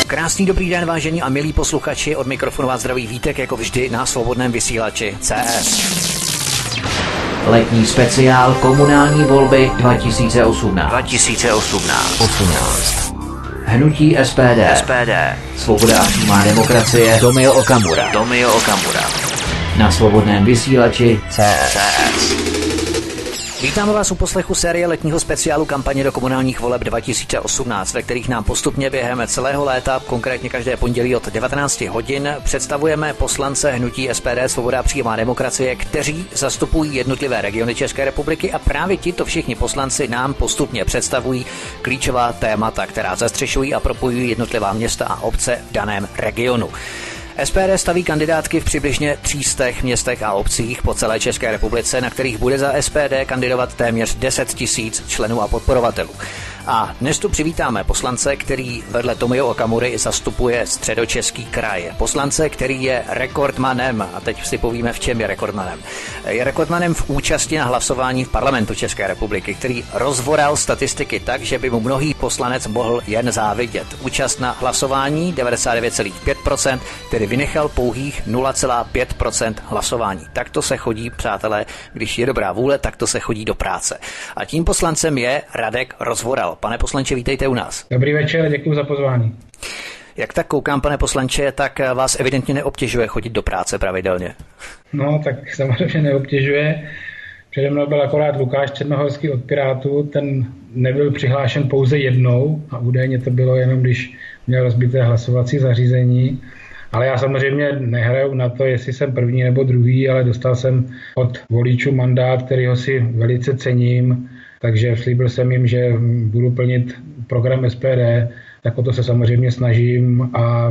Krásný dobrý den, vážení a milí posluchači, od mikrofonu vás zdraví Vítek, jako vždy na svobodném vysílači CS. Letní speciál komunální volby 2018. Hnutí SPD. Svoboda a přímá demokracie. Tomio Okamura. Na svobodném vysílači CS. Vítáme vás u poslechu série letního speciálu kampaně do komunálních voleb 2018, ve kterých nám postupně během celého léta, konkrétně každé pondělí od 19 hodin, představujeme poslance hnutí SPD Svoboda a přímá demokracie, kteří zastupují jednotlivé regiony České republiky, a právě tito všichni poslanci nám postupně představují klíčová témata, která zastřešují a propojují jednotlivá města a obce v daném regionu. SPD staví kandidátky v přibližně 300 městech a obcích po celé České republice, na kterých bude za SPD kandidovat téměř 10 000 členů a podporovatelů. A dnes tu přivítáme poslance, který vedle Tomia Okamury zastupuje Středočeský kraj. Poslance, který je rekordmanem, a teď si povíme, v čem je rekordmanem. Je rekordmanem v účasti na hlasování v parlamentu České republiky, který rozvoral statistiky tak, že by mu mnohý poslanec mohl jen závidět. Účast na hlasování 99,5%, tedy vynechal pouhých 0,5% hlasování. Takto se chodí, přátelé, když je dobrá vůle, takto se chodí do práce. A tím poslancem je Radek Rozvoral. Pane poslanče, vítejte u nás. Dobrý večer, děkuji za pozvání. Jak tak koukám, pane poslanče, tak vás evidentně neobtěžuje chodit do práce pravidelně. No, tak samozřejmě neobtěžuje. Přede mnou byl akorát Lukáš Černohorský od Pirátů, ten nebyl přihlášen pouze jednou a údajně to bylo jenom, když měl rozbité hlasovací zařízení. Ale já samozřejmě nehraju na to, jestli jsem první nebo druhý, ale dostal jsem od voličů mandát, kterýho si velice cením, takže slíbil jsem jim, že budu plnit program SPD, tak o to se samozřejmě snažím a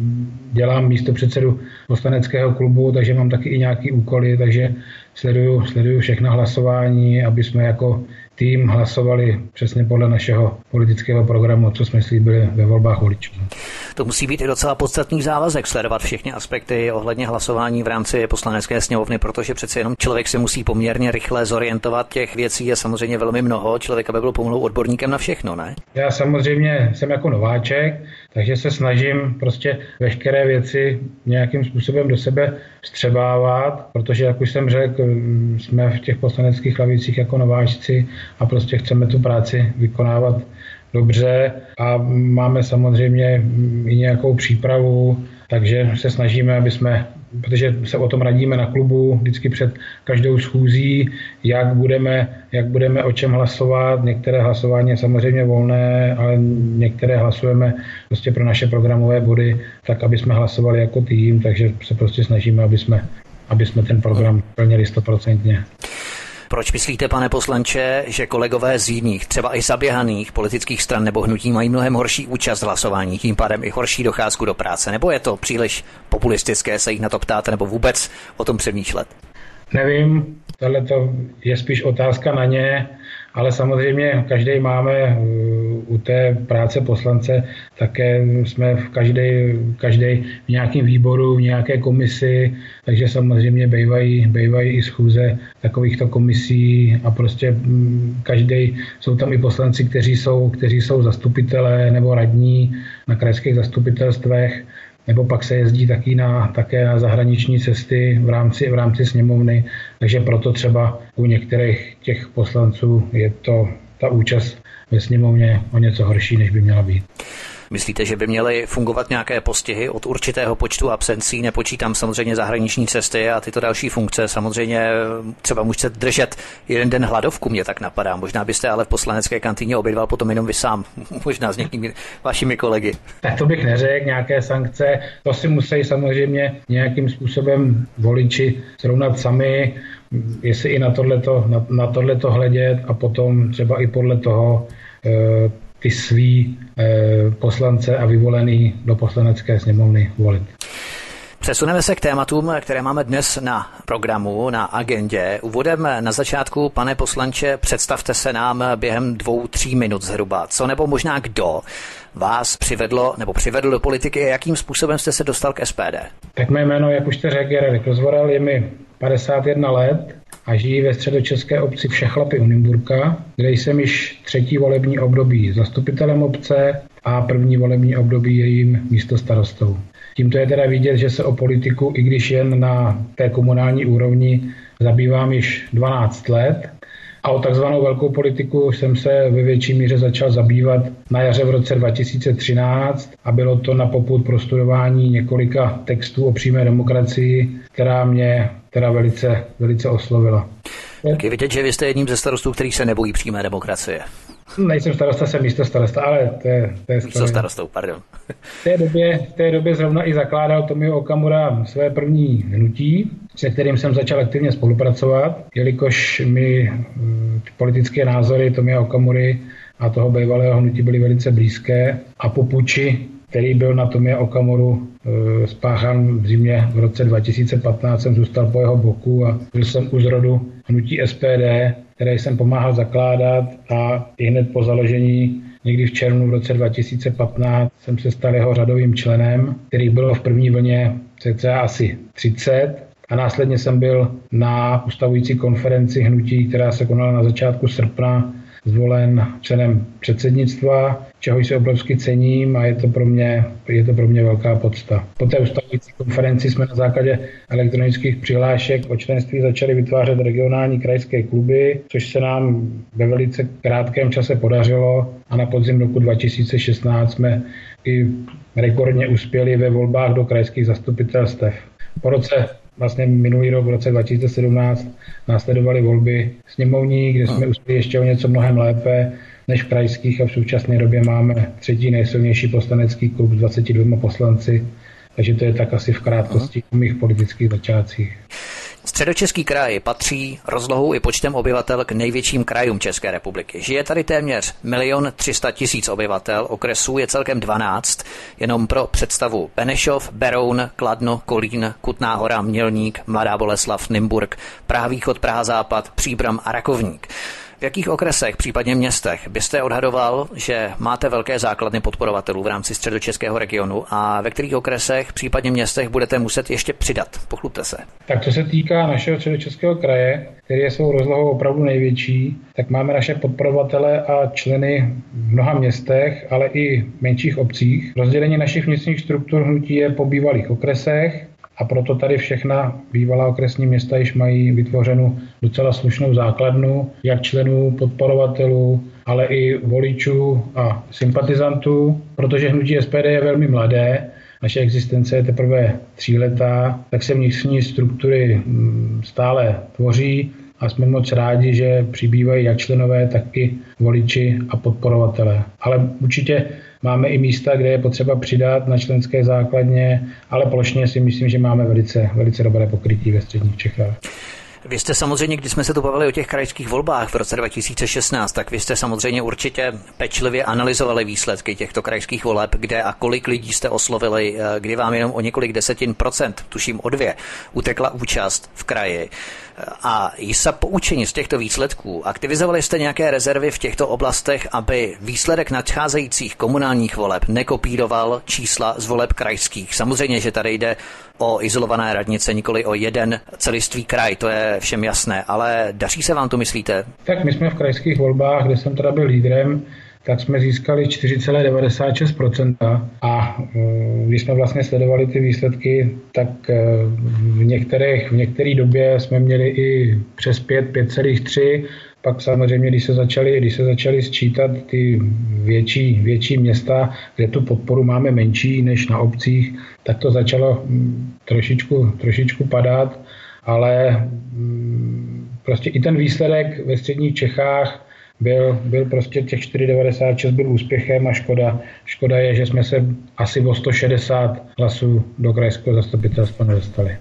dělám místopředsedu poslaneckého klubu, takže mám taky i nějaký úkoly, takže sleduju všechna hlasování, aby jsme jako tým hlasovali přesně podle našeho politického programu, co jsme slíbili ve volbách voličů. To musí být i docela podstatný závazek sledovat všechny aspekty ohledně hlasování v rámci poslanecké sněmovny, protože přece jenom člověk se musí poměrně rychle zorientovat. Těch věcí je samozřejmě velmi mnoho, člověk aby byl pomalu odborníkem na všechno, ne? Já samozřejmě jsem jako nováček, takže se snažím prostě veškeré věci nějakým způsobem do sebe vstřebávat, protože, jak už jsem řekl, jsme v těch poslaneckých lavicích jako nováčci a prostě chceme tu práci vykonávat dobře a máme samozřejmě i nějakou přípravu, takže se snažíme, protože se o tom radíme na klubu vždycky před každou schůzí, jak budeme o čem hlasovat. Některé hlasování je samozřejmě volné, ale některé hlasujeme prostě pro naše programové body, tak aby jsme hlasovali jako tým, takže se prostě snažíme, aby jsme ten program plnili 100%. Proč myslíte, pane poslanče, že kolegové z jiných, třeba i zaběhaných politických stran nebo hnutí mají mnohem horší účast hlasování, tím pádem i horší docházku do práce? Nebo je to příliš populistické se jich na to ptát, nebo vůbec o tom přemýšlet? Nevím, tohle je spíš otázka na ně, ale samozřejmě každý máme u té práce poslance, také jsme v každý v nějakém výboru, v nějaké komisi, takže samozřejmě bývají i schůze takovýchto komisí a prostě jsou tam i poslanci, kteří jsou zastupitelé nebo radní na krajských zastupitelstvech, nebo pak se jezdí také na zahraniční cesty v rámci sněmovny, takže proto třeba u některých těch poslanců je ta účast ve sněmovně o něco horší, než by měla být. Myslíte, že by měly fungovat nějaké postihy od určitého počtu absencí? Nepočítám samozřejmě zahraniční cesty a tyto další funkce. Samozřejmě třeba můžete držet jeden den hladovku, mě tak napadá. Možná byste ale v poslanecké kantýně obědval potom jenom vy sám, možná s někými vašimi kolegy. Tak to bych neřekl, nějaké sankce. To si musí samozřejmě nějakým způsobem voliči srovnat sami, jestli i na tohleto hledět a potom třeba i podle toho ty svý poslance a vyvolený do poslanecké sněmovny volit. Přesuneme se k tématům, které máme dnes na programu, na agendě. Úvodem na začátku, pane poslanče, představte se nám během 2-3 minut zhruba. Co nebo možná kdo vás přivedl do politiky a jakým způsobem jste se dostal k SPD? Tak mé jméno, jak už jste řekl, je Radek Rozvoral, je mi 51 let a žijí ve středočeské obci Všechlapy u Nymburka, kde jsem již 3. volební období zastupitelem obce, a první volební období jejím místostarostou. Tímto je teda vidět, že se o politiku, i když jen na té komunální úrovni, zabývám již 12 let. A o takzvanou velkou politiku jsem se ve větší míře začal zabývat na jaře v roce 2013 a bylo to na popud prostudování několika textů o přímé demokracii, která mě teda velice oslovila. Tak je vidět, že vy jste jedním ze starostů, který se nebojí přímé demokracie. Nejsem starosta, jsem místostarosta, ale to je místostarostou, pardon. V té době zrovna i zakládal Tomio Okamura své první hnutí, se kterým jsem začal aktivně spolupracovat, jelikož mi politické názory Tomia Okamury a toho bývalého hnutí byly velice blízké a po puči, který byl na Tomia Okamuru spáchán v zimě v roce 2015, jsem zůstal po jeho boku a byl jsem u zrodu hnutí SPD, které jsem pomáhal zakládat a i hned po založení někdy v červnu v roce 2015 jsem se stal jeho řadovým členem, který bylo v první vlně cca asi 30 a následně jsem byl na ustavující konferenci hnutí, která se konala na začátku srpna, zvolen členem předsednictva, čeho si obrovsky cením a je to pro mě velká podsta. Po té ustavující konferenci jsme na základě elektronických přihlášek o členství začali vytvářet regionální krajské kluby, což se nám ve velice krátkém čase podařilo a na podzim roku 2016 jsme i rekordně uspěli ve volbách do krajských zastupitelstev. Po roce vlastně minulý rok, v roce 2017, následovaly volby sněmovní, kde jsme uspěli ještě o něco mnohem lépe než v krajských a v současné době máme třetí nejsilnější poslanecký klub s 22 poslanci, takže to je tak asi v krátkosti o mých politických začátcích. Středočeský kraj patří rozlohou i počtem obyvatel k největším krajům České republiky. Žije tady téměř 1 300 000 obyvatel, okresů je celkem 12, jenom pro představu: Benešov, Beroun, Kladno, Kolín, Kutná Hora, Mělník, Mladá Boleslav, Nymburk, Praha východ, Praha západ, Příbram a Rakovník. V jakých okresech, případně městech, byste odhadoval, že máte velké základny podporovatelů v rámci středočeského regionu a ve kterých okresech, případně městech budete muset ještě přidat? Pochlubte se. Tak co se týká našeho středočeského kraje, který je svou rozlohou opravdu největší, tak máme naše podporovatele a členy v mnoha městech, ale i menších obcích. Rozdělení našich vnitřních struktur hnutí je po bývalých okresech, a proto tady všechna bývalá okresní města již mají vytvořenou docela slušnou základnu, jak členů, podporovatelů, ale i voličů a sympatizantů. Protože hnutí SPD je velmi mladé, naše existence je teprve 3letá, tak se vnitřní struktury stále tvoří a jsme moc rádi, že přibývají jak členové, tak i voliči a podporovatelé. Ale určitě máme i místa, kde je potřeba přidat na členské základně, ale plošně si myslím, že máme velice dobré pokrytí ve středních Čechách. Vy jste samozřejmě, když jsme se tu bavili o těch krajských volbách v roce 2016, tak vy jste samozřejmě určitě pečlivě analyzovali výsledky těchto krajských voleb, kde a kolik lidí jste oslovili, kdy vám jenom o několik desetin procent, tuším o 2, utekla účast v kraji. A jste poučeni z těchto výsledků, aktivizovali jste nějaké rezervy v těchto oblastech, aby výsledek nadcházejících komunálních voleb nekopíroval čísla z voleb krajských? Samozřejmě, že tady jde o izolované radnice, nikoli o jeden celistvý kraj, to je všem jasné, ale daří se vám to, myslíte? Tak my jsme v krajských volbách, kde jsem teda byl lídrem, tak jsme získali 4,96% a když jsme vlastně sledovali ty výsledky, tak v některé době jsme měli i přes 5,3. Pak samozřejmě, když se začaly sčítat ty větší města, kde tu podporu máme menší než na obcích, tak to začalo trošičku padat, ale prostě i ten výsledek ve středních Čechách byl prostě těch 4,96 byl úspěchem a škoda je, že jsme se asi o 160 hlasů do krajského zastupitelstva nedostali.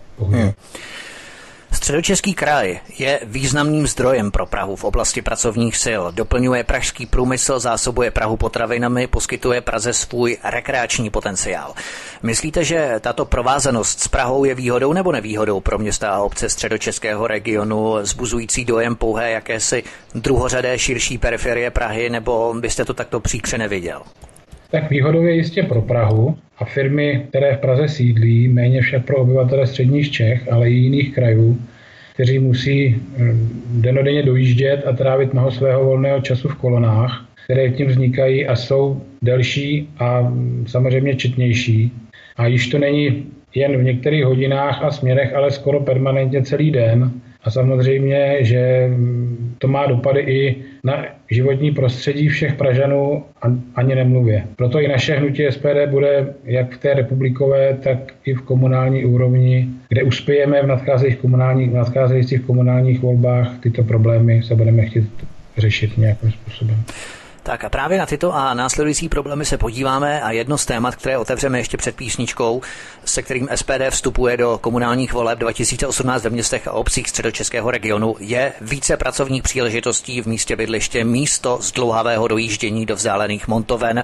Středočeský kraj je významným zdrojem pro Prahu v oblasti pracovních sil. Doplňuje pražský průmysl, zásobuje Prahu potravinami, poskytuje Praze svůj rekreační potenciál. Myslíte, že tato provázanost s Prahou je výhodou nebo nevýhodou pro města a obce středočeského regionu, vzbuzující dojem pouhé jakési druhořadé širší periferie Prahy, nebo byste to takto příkře neviděl? Tak výhodou je jistě pro Prahu a firmy, které v Praze sídlí, méně však pro obyvatele středních Čech, ale i jiných krajů, kteří musí dennodenně dojíždět a trávit mnoho svého volného času v kolonách, které tím vznikají a jsou delší a samozřejmě četnější. A již to není jen v některých hodinách a směrech, ale skoro permanentně celý den. A samozřejmě, že to má dopady i na životní prostředí všech Pražanů, ani nemluvě. Proto i naše hnutí SPD bude jak v té republikové, tak i v komunální úrovni, kde uspějeme v nadcházejících komunálních volbách, tyto problémy se budeme chtít řešit nějakým způsobem. Tak a právě na tyto a následující problémy se podíváme a jedno z témat, které otevřeme ještě před písničkou, se kterým SPD vstupuje do komunálních voleb 2018 ve městech a obcích středočeského regionu, je více pracovních příležitostí v místě bydliště místo zdlouhavého dojíždění do vzdálených montoven.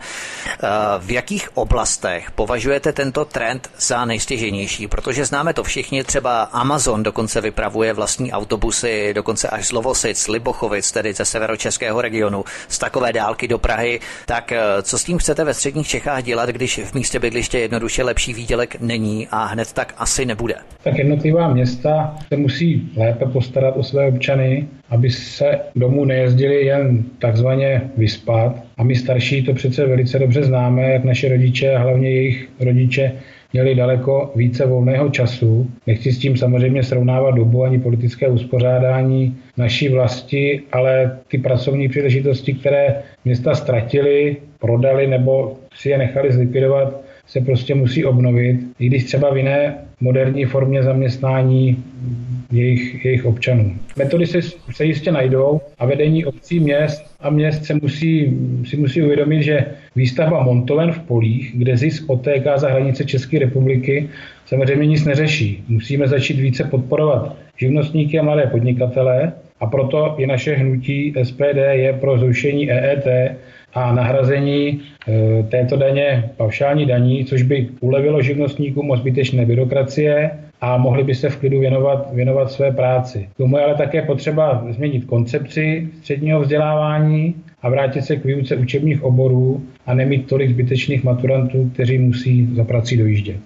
V jakých oblastech považujete tento trend za nejstěžejnější? Protože známe to všichni, třeba Amazon dokonce vypravuje vlastní autobusy, dokonce až z Lovosic, Libochovic, tedy ze severočeského regionu, z takové dálky do Prahy. Tak co s tím chcete ve středních Čechách dělat, když v místě bydliště jednoduše lepší výdělek není a hned tak asi nebude? Tak jednotlivá města se musí lépe postarat o své občany, aby se domů nejezdili jen takzvaně vyspat. A my starší to přece velice dobře známe, jak naše rodiče a hlavně jejich rodiče měli daleko více volného času. Nechci s tím samozřejmě srovnávat dobu ani politické uspořádání naší vlasti, ale ty pracovní příležitosti, které města ztratily, prodali nebo si je nechali zlikvidovat, se prostě musí obnovit, i když třeba v jiné moderní formě zaměstnání jejich občanů. Metody se jistě najdou a vedení obcí, měst se musí uvědomit, že výstavba montoven v polích, kde zisk otéká za hranice České republiky, samozřejmě nic neřeší. Musíme začít více podporovat živnostníky a mladé podnikatele a proto i naše hnutí SPD je pro zrušení EET a nahrazení této daně paušální daní, což by ulevilo živnostníkům od zbytečné byrokracie a mohli by se v klidu věnovat své práci. K tomu je ale také potřeba změnit koncepci středního vzdělávání a vrátit se k výuce učebních oborů a nemít tolik zbytečných maturantů, kteří musí za prací dojíždět.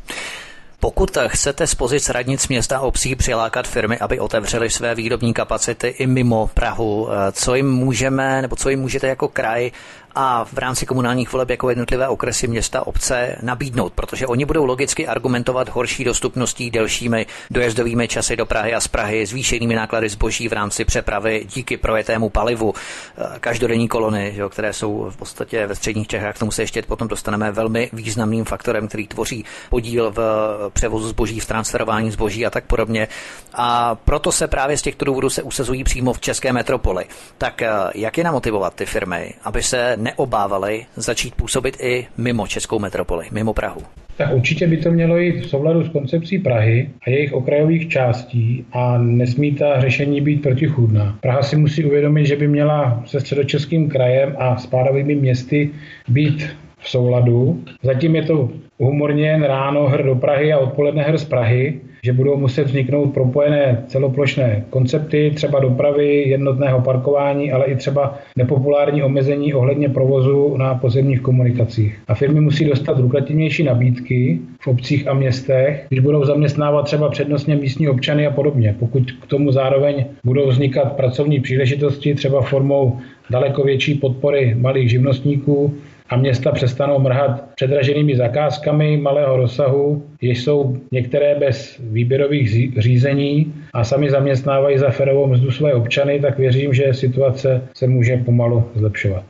Pokud chcete z pozic radnic města a obcí přilákat firmy, aby otevřely své výrobní kapacity i mimo Prahu, co jim můžete jako kraj a v rámci komunálních voleb jako jednotlivé okresy, města, obce nabídnout, protože oni budou logicky argumentovat horší dostupností, delšími dojezdovými časy do Prahy a z Prahy, zvýšenými náklady zboží v rámci přepravy díky projetému palivu, každodenní kolony, které jsou v podstatě ve středních Čechách, k tomu se ještě potom dostaneme, velmi významným faktorem, který tvoří podíl v převozu zboží, v transferování zboží a tak podobně. A proto se právě z těchto důvodů se usazují přímo v české metropoli. Tak jak je namotivovat ty firmy, aby se neobávali začít působit i mimo českou metropoli, mimo Prahu? Tak určitě by to mělo jít v souladu s koncepcí Prahy a jejich okrajových částí a nesmí ta řešení být protichůdná. Praha si musí uvědomit, že by měla se středočeským krajem a spádovými městy být v souladu. Zatím je to humorně jen ráno hr do Prahy a odpoledne hr z Prahy, že budou muset vzniknout propojené celoplošné koncepty, třeba dopravy, jednotného parkování, ale i třeba nepopulární omezení ohledně provozu na pozemních komunikacích. A firmy musí dostat lukrativnější nabídky v obcích a městech, když budou zaměstnávat třeba přednostně místní občany a podobně. Pokud k tomu zároveň budou vznikat pracovní příležitosti, třeba formou daleko větší podpory malých živnostníků, a města přestanou mrhat předraženými zakázkami malého rozsahu, jež jsou některé bez výběrových řízení a sami zaměstnávají za férovou mzdu své občany, tak věřím, že situace se může pomalu zlepšovat.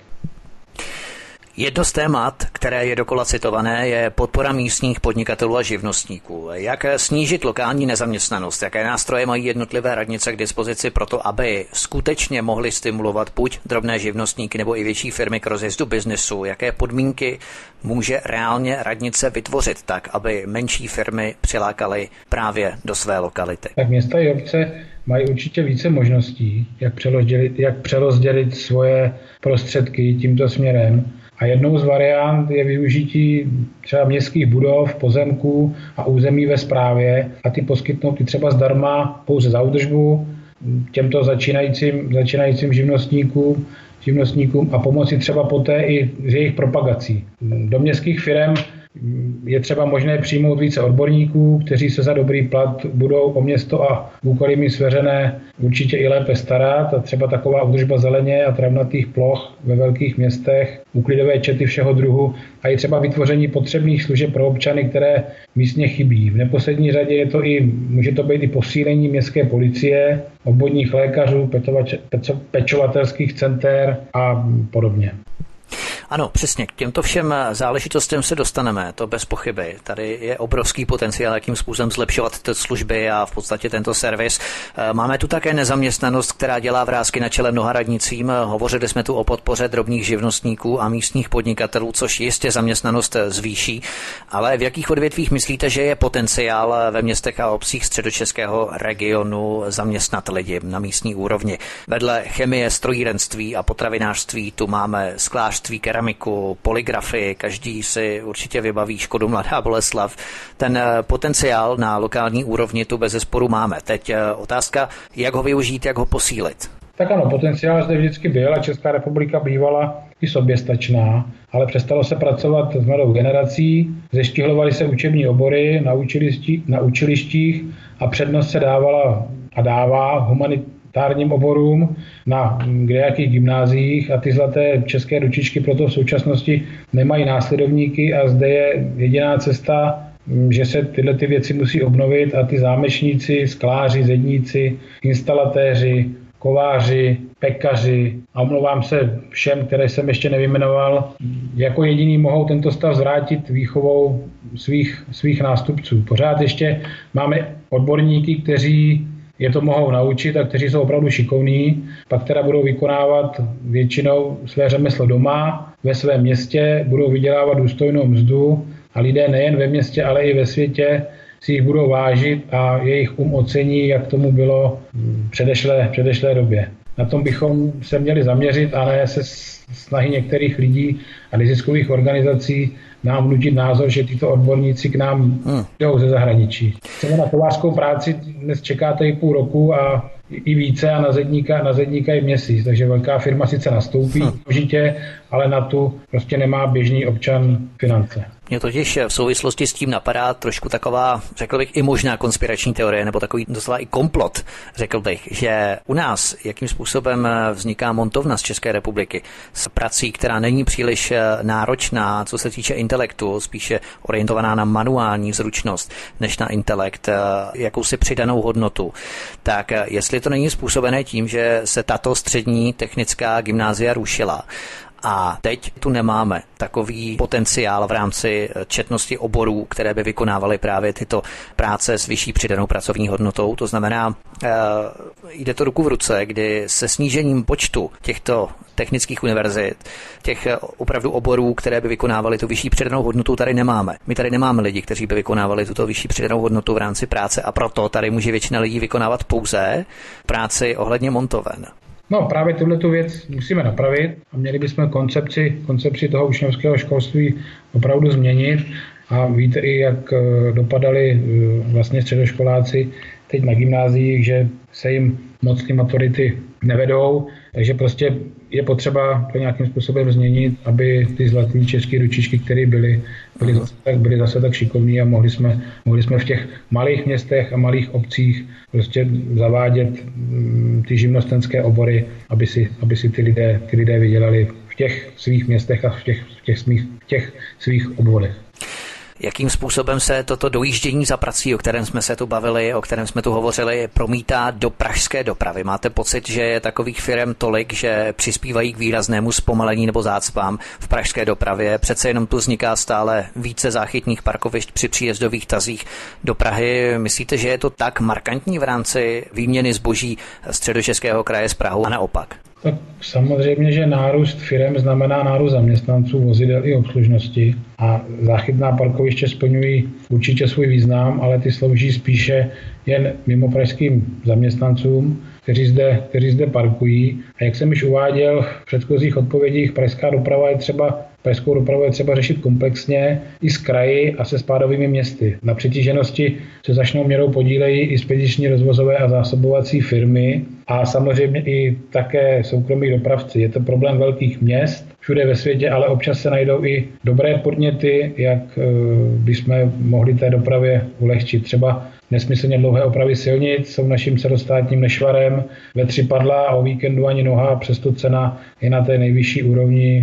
Jedno z témat, které je dokola citované, je podpora místních podnikatelů a živnostníků. Jak snížit lokální nezaměstnanost? Jaké nástroje mají jednotlivé radnice k dispozici pro to, aby skutečně mohly stimulovat buď drobné živnostníky nebo i větší firmy k rozjezdu biznesu? Jaké podmínky může reálně radnice vytvořit tak, aby menší firmy přilákaly právě do své lokality? Tak města i obce mají určitě více možností, jak přerozdělit svoje prostředky tímto směrem. A jednou z variant je využití třeba městských budov, pozemků a území ve správě a ty poskytnout i třeba zdarma pouze za údržbu těmto začínajícím živnostníkům a pomoci třeba poté i s jejich propagací. Do městských firem je třeba možné přijmout více odborníků, kteří se za dobrý plat budou o město a úkoly mi svěřené určitě i lépe starat, a třeba taková údržba zeleně a travnatých ploch ve velkých městech, úklidové čety všeho druhu a i třeba vytvoření potřebných služeb pro občany, které místně chybí. V neposlední řadě může to být i posílení městské policie, obvodních lékařů, pečovatelských center a podobně. Ano, přesně, k těmto všem záležitostem se dostaneme, to bez pochyby. Tady je obrovský potenciál, jakým způsobem zlepšovat ty služby a v podstatě tento servis. Máme tu také nezaměstnanost, která dělá vrásky na čele mnoha radnicím. Hovořili jsme tu o podpoře drobných živnostníků a místních podnikatelů, což jistě zaměstnanost zvýší. Ale v jakých odvětvích myslíte, že je potenciál ve městech a obcích středočeského regionu zaměstnat lidi na místní úrovni? Vedle chemie, strojírenství a potravinářství tu máme sklářství, keramiku, poligrafii, každý si určitě vybaví Škodu Mladá Boleslav. Ten potenciál na lokální úrovni tu bezesporu máme. Teď otázka, jak ho využít, jak ho posílit. Tak ano, potenciál zde vždycky byl a Česká republika bývala i soběstačná, ale přestalo se pracovat s mladou generací, zeštihlovaly se učební obory na učilištích a přednost se dávala a dává humanitárním oborům na kdejakých gymnáziích a ty zlaté české ručičky proto v současnosti nemají následovníky a zde je jediná cesta, že se tyhle ty věci musí obnovit a ty zámečníci, skláři, zedníci, instalatéři, kováři, pekaři a omlouvám se všem, které jsem ještě nevyjmenoval, jako jediný mohou tento stav zvrátit výchovou svých nástupců. Pořád ještě máme odborníky, kteří je to mohou naučit a kteří jsou opravdu šikovní, pak teda budou vykonávat většinou své řemeslo doma, ve svém městě, budou vydělávat důstojnou mzdu a lidé nejen ve městě, ale i ve světě si jich budou vážit a jejich ocení, jak tomu bylo v předešlé době. Na tom bychom se měli zaměřit a ne se snahy některých lidí a neziskových organizací nám vnutit názor, že tyto odborníci k nám jdou ze zahraničí. Chceme na kovářskou práci dnes čekáte i půl roku a i více a na zedníka i měsíc. Takže velká firma sice nastoupí užitě, ale na tu prostě nemá běžný občan finance. Mě totiž v souvislosti s tím napadá trošku taková, řekl bych, i možná konspirační teorie, nebo takový doslova i komplot, řekl bych, že u nás, jakým způsobem vzniká montovna z České republiky s prací, která není příliš náročná, co se týče intelektu, spíše orientovaná na manuální zručnost, než na intelekt, jakousi přidanou hodnotu. Tak jestli to není způsobené tím, že se tato střední technická gymnázia rušila, a teď tu nemáme takový potenciál v rámci četnosti oborů, které by vykonávaly právě tyto práce s vyšší přidanou pracovní hodnotou. To znamená, jde to ruku v ruce, kdy se snížením počtu těchto technických univerzit, těch opravdu oborů, které by vykonávaly tu vyšší přidanou hodnotu, tady nemáme. My tady nemáme lidi, kteří by vykonávali tuto vyšší přidanou hodnotu v rámci práce a proto tady může většina lidí vykonávat pouze práci ohledně montoven. No právě tuhletu věc musíme napravit a měli bychom koncepci toho učňovského školství opravdu změnit a víte i, jak dopadali vlastně středoškoláci teď na gymnáziích, že se jim moc ty maturity nevedou, takže prostě je potřeba to nějakým způsobem změnit, aby ty zlatý české ručičky, které byly zase tak šikovní a mohli jsme v těch malých městech a malých obcích prostě zavádět ty živnostenské obory, aby si ty lidé vydělali v těch svých městech a v těch svých obvodech. Jakým způsobem se toto dojíždění za prací, o kterém jsme se tu bavili, o kterém jsme tu hovořili, promítá do pražské dopravy? Máte pocit, že je takových firem tolik, že přispívají k výraznému zpomalení nebo zácpám v pražské dopravě? Přece jenom tu vzniká stále více záchytných parkovišť při příjezdových tazích do Prahy. Myslíte, že je to tak markantní v rámci výměny zboží Středočeského kraje s Prahou a naopak? Tak samozřejmě, že nárůst firem znamená nárůst zaměstnanců, vozidel i obslužnosti a záchytná parkoviště splňují určitě svůj význam, ale ty slouží spíše jen mimopražským zaměstnancům, kteří zde parkují. A jak jsem již uváděl v předchozích odpovědích, pražskou dopravu je třeba řešit komplexně i s kraji a se spádovými městy. Na přetíženosti se značnou měrou podílejí i spediční, rozvozové a zásobovací firmy a samozřejmě i také soukromí dopravci. Je to problém velkých měst všude ve světě, ale občas se najdou i dobré podněty, jak bychom mohli té dopravě ulehčit. Třeba nesmyslně dlouhé opravy silnic jsou naším celostátním nešvarem. Ve 3 padla a o víkendu ani noha, přesto cena je na té nejvyšší úrovni.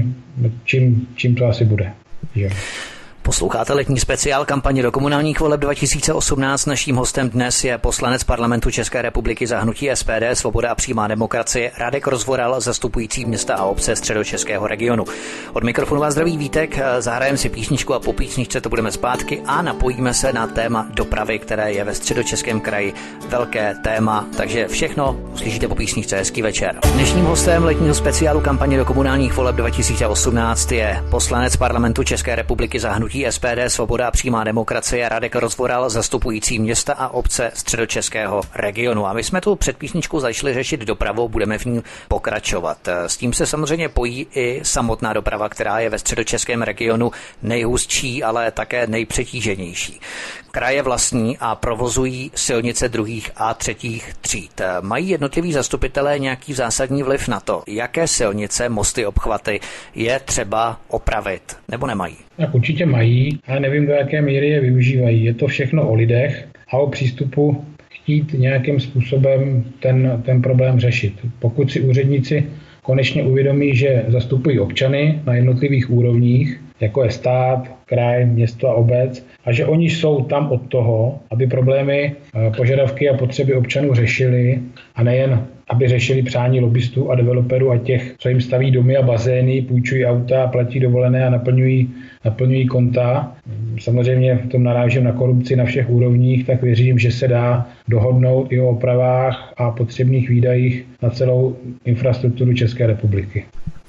Čím to asi bude? Jo. Posloucháte letní speciál kampaně do komunálních voleb 2018. Naším hostem dnes je poslanec Parlamentu České republiky za hnutí SPD, Svoboda a přímá demokracie Radek Rozvoral, zastupující města a obce středočeského regionu. Od mikrofonu vás zdraví Vítek, zahrajeme si písničku a po písničce to budeme zpátky a napojíme se na téma dopravy, které je ve Středočeském kraji velké téma, takže všechno uslyšíte po písničce. Hezký večer. Dnešním hostem letního speciálu kampaně do komunálních voleb 2018 je poslanec Parlamentu České republiky za hnutí SPD, Svoboda a přímá demokracie Radek Rozvoral, zastupující města a obce středočeského regionu. A my jsme tu před písničkou začali řešit dopravu, budeme v ní pokračovat. S tím se samozřejmě pojí i samotná doprava, která je ve středočeském regionu nejhustší, ale také nejpřetíženější. Kraje vlastní a provozují silnice 2. a 3. tříd. Mají jednotliví zastupitelé nějaký zásadní vliv na to, jaké silnice, mosty, obchvaty je třeba opravit, nebo nemají? Tak určitě mají, ale nevím, do jaké míry je využívají. Je to všechno o lidech a o přístupu chtít nějakým způsobem ten problém řešit. Pokud si úředníci konečně uvědomí, že zastupují občany na jednotlivých úrovních, jako je stát, kraj, město a obec, a že oni jsou tam od toho, aby problémy, požadavky a potřeby občanů řešili, a nejen aby řešili přání lobbystů a developerů a těch, co jim staví domy a bazény, půjčují auta, platí dovolené a naplňují konta. Samozřejmě v tom narážím na korupci na všech úrovních, tak věřím, že se dá dohodnout i o opravách a potřebných výdajích na celou infrastrukturu České republiky.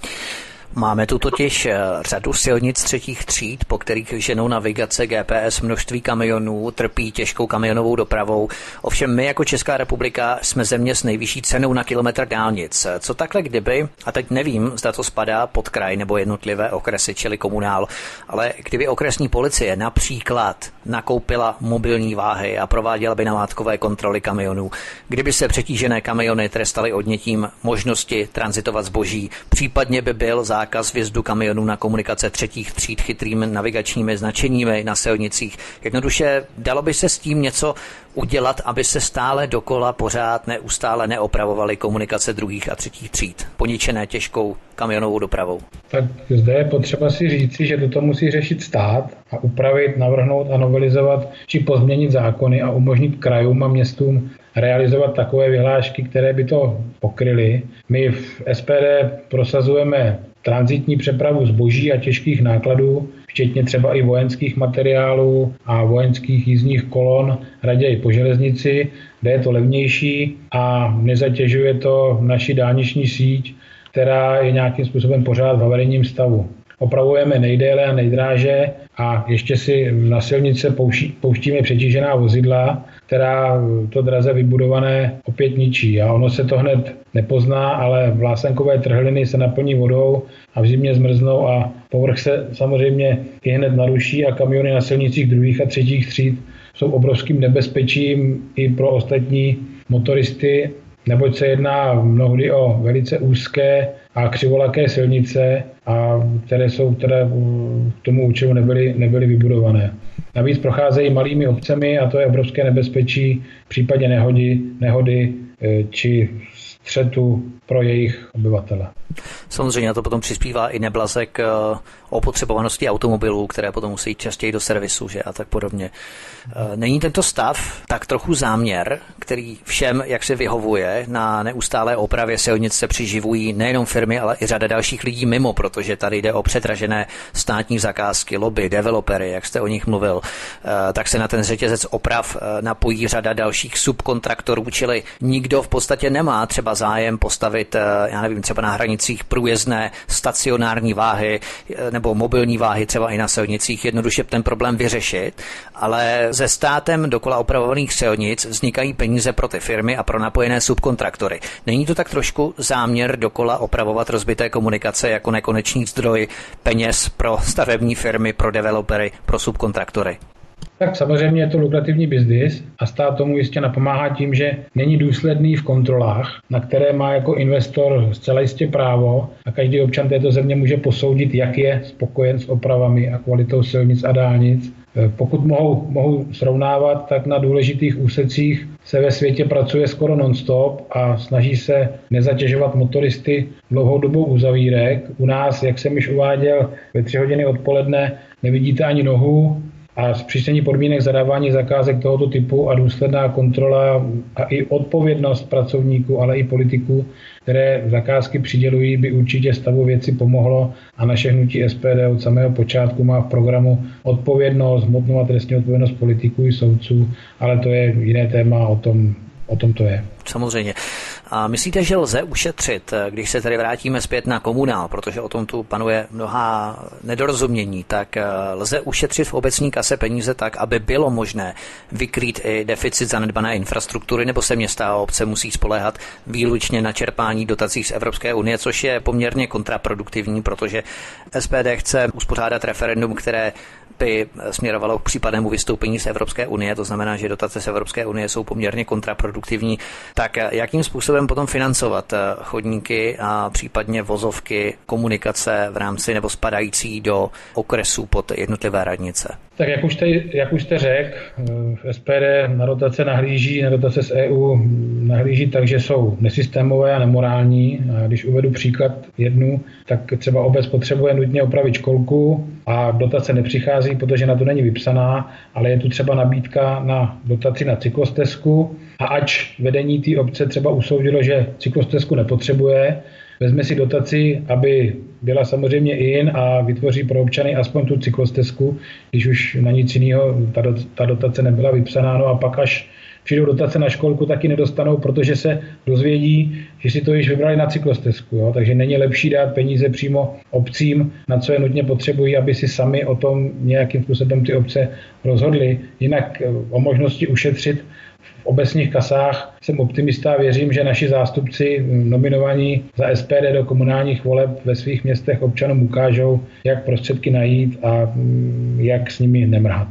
Máme tu totiž řadu silnic 3. tříd, po kterých ženou navigace GPS množství kamionů, trpí těžkou kamionovou dopravou. Ovšem my jako Česká republika jsme země s nejvyšší cenou na kilometr dálnic. Co takhle kdyby, a teď nevím, zda to spadá pod kraj nebo jednotlivé okresy, čili komunál, ale kdyby okresní policie například nakoupila mobilní váhy a prováděla by namátkové kontroly kamionů, kdyby se přetížené kamiony trestaly odnětím možnosti tranzitovat zboží, případně by byl zákaz vjezdu kamionů na komunikace 3. tříd chytrými navigačními značeními na silnicích. Jednoduše dalo by se s tím něco udělat, aby se stále dokola pořád neustále neopravovaly komunikace 2. a 3. tříd, poničené těžkou kamionovou dopravou. Tak zde je potřeba si říci, že toto musí řešit stát a upravit, navrhnout a novelizovat či pozměnit zákony a umožnit krajům a městům realizovat takové vyhlášky, které by to pokryly. My v SPD prosazujeme tranzitní přepravu zboží a těžkých nákladů, včetně třeba i vojenských materiálů a vojenských jízdních kolon, raději po železnici, kde je to levnější a nezatěžuje to naši dálniční síť, která je nějakým způsobem pořád v havarijním stavu. Opravujeme nejdéle a nejdráže a ještě si na silnice pouštíme přetížená vozidla, která to draze vybudované opět ničí. A ono se to hned nepozná, ale vlásenkové trhliny se naplní vodou a v zimě zmrznou a povrch se samozřejmě i hned naruší a kamiony na silnicích 2. a 3. tříd jsou obrovským nebezpečím i pro ostatní motoristy, neboť se jedná mnohdy o velice úzké a křivolaké silnice, které k tomu účelu nebyly vybudované. Navíc procházejí malými obcemi a to je obrovské nebezpečí v případě nehody či střetu pro jejich obyvatele. Samozřejmě na to potom přispívá i neblaze k opotřebovanosti automobilů, které potom musí jít častěji do servisu, že a tak podobně. Není tento stav tak trochu záměr, který všem, jak se vyhovuje, na neustálé opravě silnic se přiživují nejenom firmy, ale i řada dalších lidí mimo, protože tady jde o předražené státní zakázky, lobby, developery, jak jste o nich mluvil, tak se na ten řetězec oprav napojí řada dalších subkontraktorů, čili nikdo v podstatě nemá třeba zájem postavit, já nevím, třeba na hranicích průjezdné stacionární váhy nebo mobilní váhy třeba i na silnicích, jednoduše ten problém vyřešit, ale se státem dokola opravovaných silnic vznikají peníze pro ty firmy a pro napojené subkontraktory. Není to tak trošku záměr dokola opravovat rozbité komunikace jako nekonečný zdroj peněz pro stavební firmy, pro developery, pro subkontraktory? Tak samozřejmě je to lukrativní biznis a stát tomu jistě napomáhá tím, že není důsledný v kontrolách, na které má jako investor zcela jistě právo a každý občan této země může posoudit, jak je spokojen s opravami a kvalitou silnic a dálnic. Pokud mohu srovnávat, tak na důležitých úsecích se ve světě pracuje skoro non-stop a snaží se nezatěžovat motoristy dlouhou dobou uzavírek. U nás, jak jsem již uváděl, ve 3 hodiny odpoledne nevidíte ani nohu a zpřísnění podmínek zadávání zakázek tohoto typu a důsledná kontrola a i odpovědnost pracovníků, ale i politiků, které zakázky přidělují, by určitě stavu věci pomohlo a naše hnutí SPD od samého počátku má v programu odpovědnost, hmotnou a trestní odpovědnost politiků i soudců, ale to je jiné téma, o tom to je. Samozřejmě. A myslíte, že lze ušetřit, když se tady vrátíme zpět na komunál, protože o tom tu panuje mnohá nedorozumění, tak lze ušetřit v obecní kase peníze tak, aby bylo možné vykrýt i deficit zanedbané infrastruktury, nebo se města a obce musí spoléhat výlučně na čerpání dotací z Evropské unie, což je poměrně kontraproduktivní, protože SPD chce uspořádat referendum, které by směrovalo k případnému vystoupení z Evropské unie, to znamená, že dotace z Evropské unie jsou poměrně kontraproduktivní. Tak jakým způsobem potom financovat chodníky a případně vozovky, komunikace v rámci nebo spadající do okresů pod jednotlivé radnice? Tak jak už jste řekl, SPD na dotace nahlíží, na dotace z EU nahlíží tak, že jsou nesystémové a nemorální. A když uvedu příklad jednu, tak třeba obec potřebuje nutně opravit školku a dotace nepřichází, protože na to není vypsaná, ale je tu třeba nabídka na dotaci na cyklostezku a ač vedení té obce třeba usoudilo, že cyklostezku nepotřebuje, vezme si dotaci, aby byla samozřejmě in a vytvoří pro občany aspoň tu cyklostezku, když už na nic jiného ta dotace nebyla vypsaná. No a pak až přijdou dotace na školku, taky nedostanou, protože se dozvědí, že si to již vybrali na cyklostezku. Jo? Takže není lepší dát peníze přímo obcím, na co je nutně potřebují, aby si sami o tom nějakým způsobem ty obce rozhodly. Jinak o možnosti ušetřit v obecních kasách jsem optimista a věřím, že naši zástupci nominovaní za SPD do komunálních voleb ve svých městech občanům ukážou, jak prostředky najít a jak s nimi nemrhat.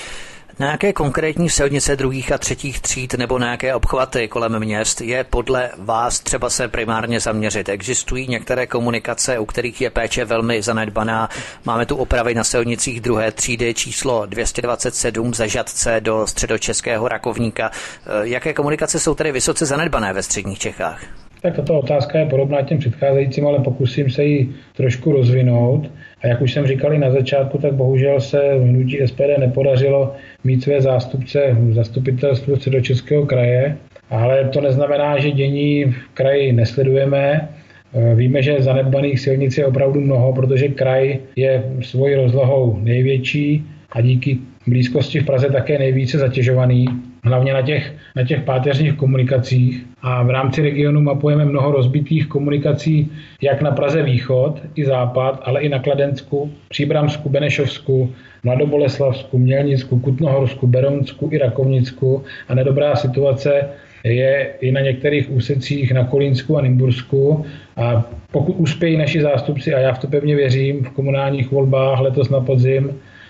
Na jaké konkrétní silnice druhých a třetích tříd nebo na jaké obchvaty kolem měst je podle vás třeba se primárně zaměřit? Existují některé komunikace, u kterých je péče velmi zanedbaná. Máme tu opravy na silnicích druhé třídy číslo 227 ze Žatce do středočeského Rakovníka. Jaké komunikace jsou tedy vysoce zanedbané ve středních Čechách? Tak tato otázka je podobná těm předcházejícím, ale pokusím se ji trošku rozvinout. A jak už jsem říkal i na začátku, tak bohužel se hnutí SPD nepodařilo mít své zástupce v zastupitelstvu Středočeského kraje, ale to neznamená, že dění v kraji nesledujeme. Víme, že zanedbaných silnic je opravdu mnoho, protože kraj je svojí rozlohou největší a díky blízkosti v Praze také nejvíce zatěžovaný, hlavně na těch páteřních komunikacích. A v rámci regionu mapujeme mnoho rozbitých komunikací jak na Praze východ i západ, ale i na Kladensku, Příbramsku, Benešovsku, Mladoboleslavsku, Mělnicku, Kutnohorsku, Berounsku i Rakovnicku. A nedobrá situace je i na některých úsecích na Kolínsku a Nymbursku. A pokud uspějí naši zástupci, a já v to pevně věřím, v komunálních volbách letos na podzim,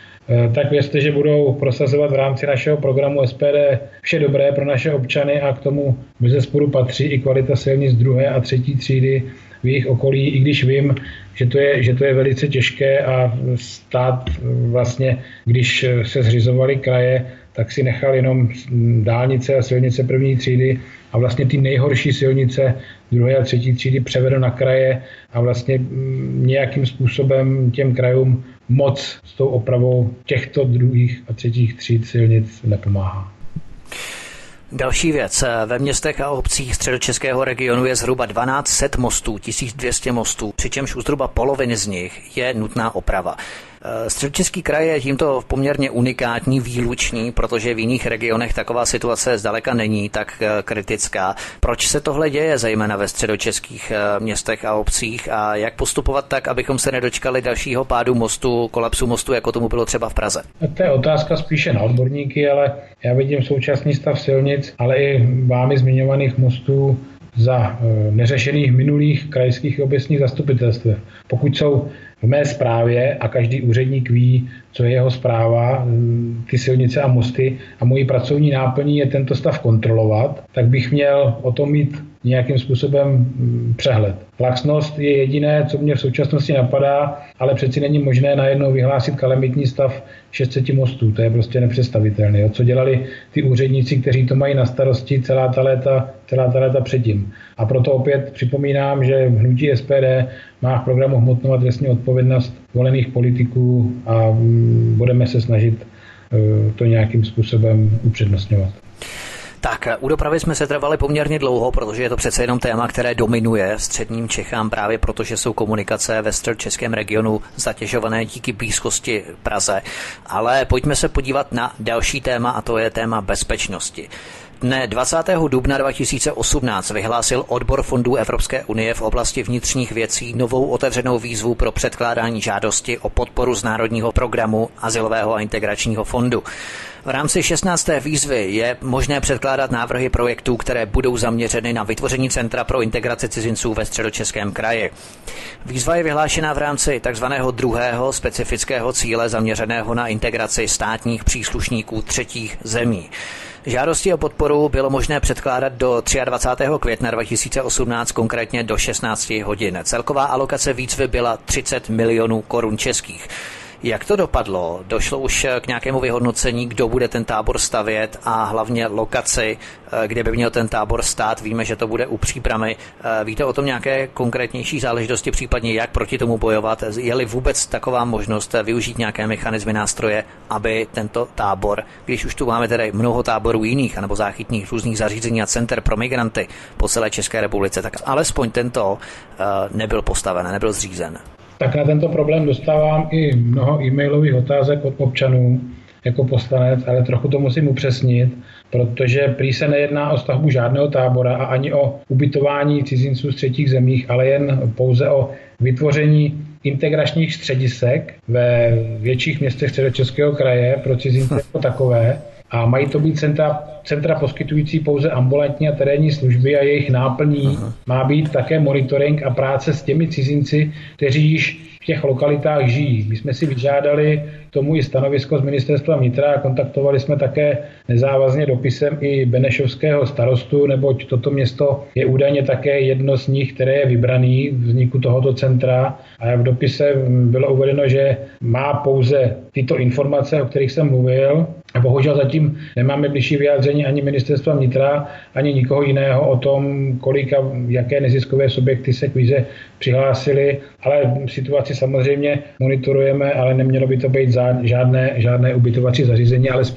tak věřte, že budou prosazovat v rámci našeho programu SPD vše dobré pro naše občany a k tomu bezesporu patří i kvalita silnic druhé a třetí třídy v jejich okolí, i když vím, že to je velice těžké a stát vlastně, když se zřizovaly kraje, tak si nechal jenom dálnice a silnice první třídy a vlastně ty nejhorší silnice druhé a třetí třídy převedl na kraje a vlastně nějakým způsobem těm krajům moc s tou opravou těchto druhých a třetích tříd silnic nepomáhá. Další věc. Ve městech a obcích středočeského regionu je zhruba 1200 mostů, 1200 mostů, přičemž u zhruba poloviny z nich je nutná oprava. Středočeský kraj je tímto poměrně unikátní, výlučný, protože v jiných regionech taková situace zdaleka není tak kritická. Proč se tohle děje, zejména ve středočeských městech a obcích, a jak postupovat tak, abychom se nedočkali dalšího pádu mostu, kolapsu mostu, jako tomu bylo třeba v Praze? To je otázka spíše na odborníky, ale já vidím současný stav silnic, ale i vámi zmiňovaných mostů za neřešených minulých krajských obecních zastupitelstvech. Pokud jsou v mé správě a každý úředník ví, co je jeho správa, ty silnice a mosty a mojí pracovní náplní je tento stav kontrolovat, tak bych měl o tom mít nějakým způsobem přehled. Laxnost je jediné, co mě v současnosti napadá, ale přeci není možné najednou vyhlásit kalamitní stav 600 mostů. To je prostě nepředstavitelné. Jo? Co dělali ty úředníci, kteří to mají na starosti celá ta léta předtím. A proto opět připomínám, že hnutí SPD má v programu hmotnou a trestní odpovědnost volených politiků a budeme se snažit to nějakým způsobem upřednostňovat. Tak, u dopravy jsme se trvali poměrně dlouho, protože je to přece jenom téma, které dominuje středním Čechám právě proto, že jsou komunikace ve středočeském regionu zatěžované díky blízkosti Praze. Ale pojďme se podívat na další téma a to je téma bezpečnosti. Dne 20. dubna 2018 vyhlásil odbor fondů Evropské unie v oblasti vnitřních věcí novou otevřenou výzvu pro předkládání žádosti o podporu z Národního programu Azylového a integračního fondu. V rámci 16. výzvy je možné předkládat návrhy projektů, které budou zaměřeny na vytvoření Centra pro integraci cizinců ve Středočeském kraji. Výzva je vyhlášena v rámci takzvaného druhého specifického cíle zaměřeného na integraci státních příslušníků třetích zemí. Žádosti o podporu bylo možné předkládat do 23. května 2018, konkrétně do 16 hodin. Celková alokace výzvy byla 30 milionů korun českých. Jak to dopadlo? Došlo už k nějakému vyhodnocení, kdo bude ten tábor stavět a hlavně lokaci, kde by měl ten tábor stát? Víme, že to bude u Příbrami. Víte o tom nějaké konkrétnější záležitosti, případně jak proti tomu bojovat? Je-li vůbec taková možnost využít nějaké mechanismy, nástroje, aby tento tábor, když už tu máme tedy mnoho táborů jiných, anebo záchytných různých zařízení a center pro migranty po celé České republice, tak alespoň tento nebyl postaven, nebyl zřízen. Tak na tento problém dostávám i mnoho e-mailových otázek od občanů jako poslanec, ale trochu to musím upřesnit, protože prý se nejedná o stavbu žádného tábora a ani o ubytování cizinců z třetích zemích, ale jen pouze o vytvoření integračních středisek ve větších městech Středočeského kraje pro cizince jako takové. A mají to být centra poskytující pouze ambulantní a terénní služby a jejich náplní má být také monitoring a práce s těmi cizinci, kteří již v těch lokalitách žijí. My jsme si vyžádali tomu i stanovisko z Ministerstva vnitra a kontaktovali jsme také nezávazně dopisem i benešovského starostu, neboť toto město je údajně také jedno z nich, které je vybraný v vzniku tohoto centra. A v dopise bylo uvedeno, že má pouze tyto informace, o kterých jsem mluvil. A bohužel zatím nemáme bližší vyjádření ani Ministerstva vnitra, ani nikoho jiného o tom, kolik a jaké neziskové subjekty se k výzvě přihlásili, ale situaci samozřejmě monitorujeme, ale nemělo by to být žádné ubytovací zařízení, ale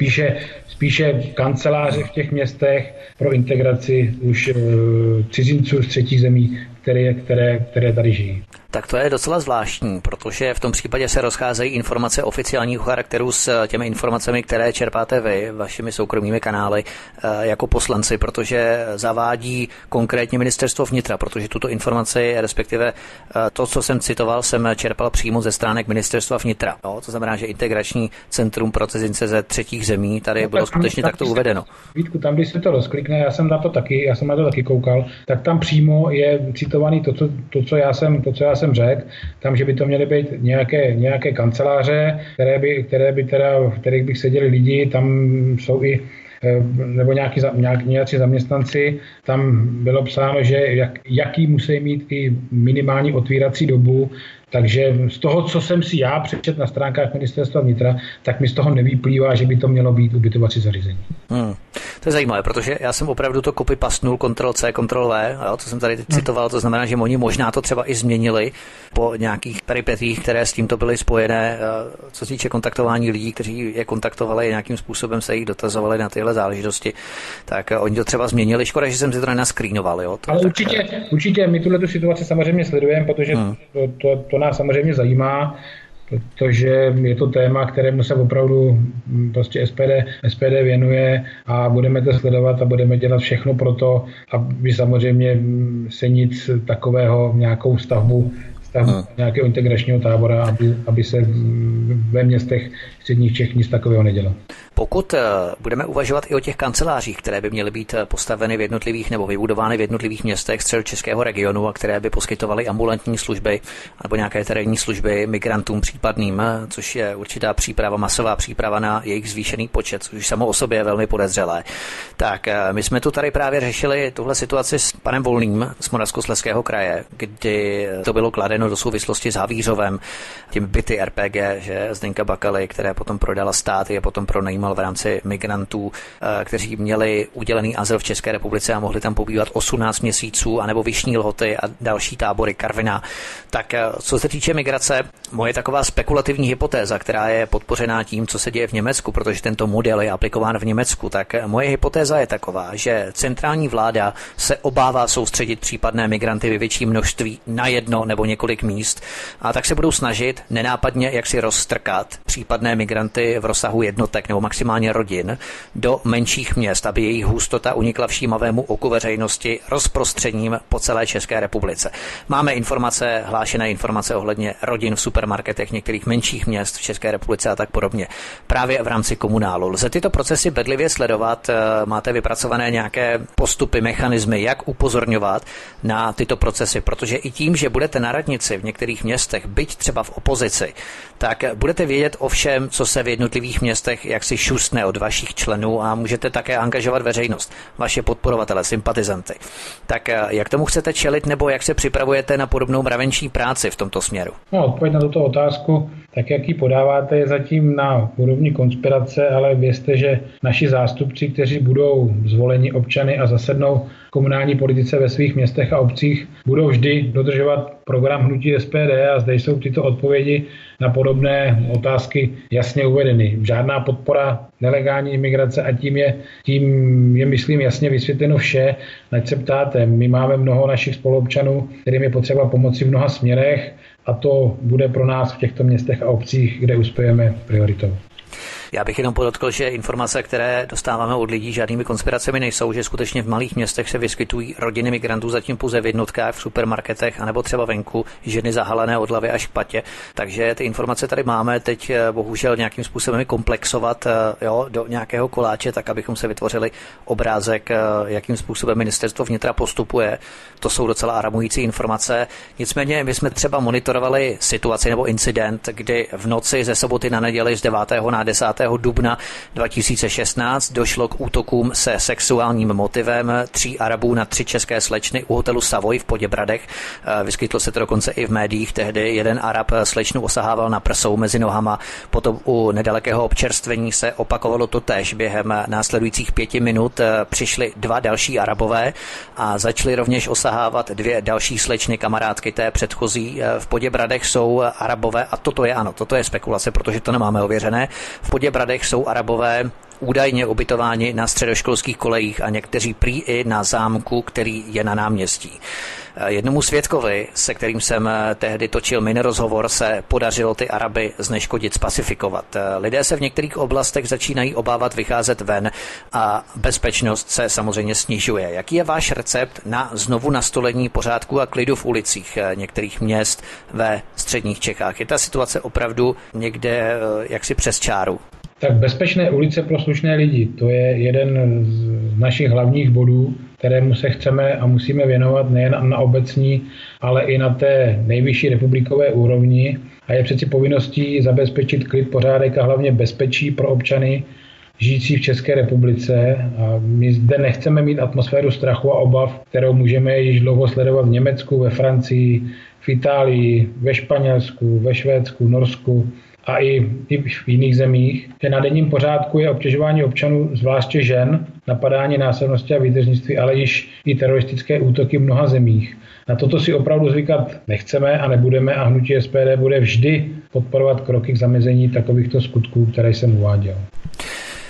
spíše kanceláře v těch městech pro integraci už cizinců z třetích zemí, které tady žijí. Tak to je docela zvláštní, protože v tom případě se rozcházejí informace oficiálního charakteru s těmi informacemi, které čerpáte vy, vašimi soukromými kanály jako poslanci, protože zavádí konkrétně Ministerstvo vnitra, protože tuto informaci, respektive to, co jsem citoval, jsem čerpal přímo ze stránek Ministerstva vnitra. No, to znamená, že integrační centrum pro cizince ze třetích zemí tady bylo skutečně takto uvedeno. Vítku, tam, když se to rozklikne, já jsem na to taky koukal, tak tam přímo je citovaný to, co já jsem řekl, tam, že by to měly být nějaké kanceláře, v kterých bych seděli lidi, tam jsou i nebo nějací zaměstnanci, tam bylo psáno, že jaký musí mít i minimální otvírací dobu, takže z toho, co jsem si já přečetl na stránkách Ministerstva vnitra, tak mi z toho nevyplývá, že by to mělo být ubytovací zařízení. To je zajímavé, protože já jsem opravdu to copy-pastnul, Ctrl-C, Ctrl-V, co jsem tady citoval, to znamená, že oni možná to třeba i změnili po nějakých peripetích, které s tímto byly spojené, co se týče kontaktování lidí, kteří je kontaktovali, nějakým způsobem se jich dotazovali na tyhle záležitosti, tak oni to třeba změnili. Škoda, že jsem si to nenaskrýnoval. Jo? Ale určitě my tuhle situaci samozřejmě sledujeme, protože to nás samozřejmě zajímá, protože je to téma, kterému se opravdu prostě SPD věnuje a budeme to sledovat a budeme dělat všechno pro to, aby samozřejmě se nic takového, nějakou stavbu nějakého integračního tábora, aby se ve městech středních Čech nic takového nedělo. Pokud budeme uvažovat i o těch kancelářích, které by měly být postaveny v jednotlivých nebo vybudovány v jednotlivých městech středočeského regionu a které by poskytovaly ambulantní služby nebo nějaké terénní služby migrantům případným, což je určitá příprava, masová příprava na jejich zvýšený počet, což už samo o sobě je velmi podezřelé. Tak my jsme tu tady právě řešili tuhle situaci s panem Volným z Moravskoslezského kraje, kdy to bylo kladeno do souvislosti s Havířovem, těmi byty RPG, že Zdeňka Bakaly, které potom prodala stát, je potom pronajímal v rámci migrantů, kteří měli udělený azyl v České republice a mohli tam pobývat 18 měsíců, anebo Vyšní Lhoty a další tábory, Karviná. Tak co se týče migrace, moje taková spekulativní hypotéza, která je podpořená tím, co se děje v Německu, protože tento model je aplikován v Německu, tak moje hypotéza je taková, že centrální vláda se obává soustředit případné migranty ve větším množství na jedno nebo několik míst a tak se budou snažit nenápadně jaksi rozstrkat případné migranty v rozsahu jednotek nebo maximálně rodin do menších měst, aby jejich hustota unikla všímavému oku veřejnosti rozprostřením po celé České republice. Máme hlášené informace ohledně rodin v supermarketech některých menších měst v České republice a tak podobně. Právě v rámci komunálu. Lze tyto procesy bedlivě sledovat? Máte vypracované nějaké postupy, mechanismy, jak upozorňovat na tyto procesy? Protože i tím, že budete na radnici v některých městech, byť třeba v opozici, tak budete vědět o všem, co se v jednotlivých městech jaksi šustne od vašich členů a můžete také angažovat veřejnost, vaše podporovatele, sympatizanty. Tak jak tomu chcete čelit nebo jak se připravujete na podobnou mravenčí práci v tomto směru? No, odpověď na tuto otázku, tak jak ji podáváte, je zatím na úrovni konspirace, ale vězte, že naši zástupci, kteří budou zvoleni občany a zasednou komunální politice ve svých městech a obcích, budou vždy dodržovat program hnutí SPD a zde jsou tyto odpovědi na podobné otázky jasně uvedeny. Žádná podpora nelegální imigrace a tím je myslím jasně vysvětleno vše, nač se ptáte. My máme mnoho našich spoluobčanů, kterým je potřeba pomoci v mnoha směrech a to bude pro nás v těchto městech a obcích, kde uspějeme, prioritou. Já bych jenom podotkl, že informace, které dostáváme od lidí, žádnými konspiracemi nejsou, že skutečně v malých městech se vyskytují rodiny migrantů zatím pouze v jednotkách, v supermarketech, anebo třeba venku, ženy zahalené od hlavy až k patě. Takže ty informace tady máme, teď bohužel nějakým způsobem komplexovat do nějakého koláče, tak abychom se vytvořili obrázek, jakým způsobem ministerstvo vnitra postupuje. To jsou docela alarmující informace. Nicméně my jsme třeba monitorovali situaci nebo incident, kdy v noci ze soboty na neděli z 9. na 10. dubna 2016 došlo k útokům se sexuálním motivem 3 Arabů na 3 české slečny u hotelu Savoy v Poděbradech. Vyskytlo se to dokonce i v médiích. Tehdy jeden Arab slečnu osahával na prsou mezi nohama. Potom u nedalekého občerstvení se opakovalo to též. Během následujících 5 minut přišli 2 další Arabové a začali rovněž osahávat 2 další slečny, kamarádky té předchozí. V Poděbradech jsou Arabové a toto je spekulace, protože to nemáme ověřené. V Poděbradech jsou Arabové údajně ubytováni na středoškolských kolejích a někteří prý i na zámku, který je na náměstí. Jednomu svědkovi, se kterým jsem tehdy točil minirozhovor, se podařilo ty Araby zneškodit, spacifikovat. Lidé se v některých oblastech začínají obávat vycházet ven a bezpečnost se samozřejmě snižuje. Jaký je váš recept na znovu nastolení pořádku a klidu v ulicích některých měst ve středních Čechách? Je ta situace opravdu někde jaksi přes čáru? Tak bezpečné ulice pro slušné lidi, to je jeden z našich hlavních bodů, kterému se chceme a musíme věnovat nejen na obecní, ale i na té nejvyšší republikové úrovni. A je přeci povinností zabezpečit klid, pořádek a hlavně bezpečí pro občany žijící v České republice. A my zde nechceme mít atmosféru strachu a obav, kterou můžeme již dlouho sledovat v Německu, ve Francii, v Itálii, ve Španělsku, ve Švédsku, Norsku a i v jiných zemích, že na denním pořádku je obtěžování občanů, zvláště žen, napadání násilnosti a výtržnictví, ale již i teroristické útoky v mnoha zemích. Na toto si opravdu zvykat nechceme a nebudeme a hnutí SPD bude vždy podporovat kroky k zamezení takovýchto skutků, které jsem uváděl.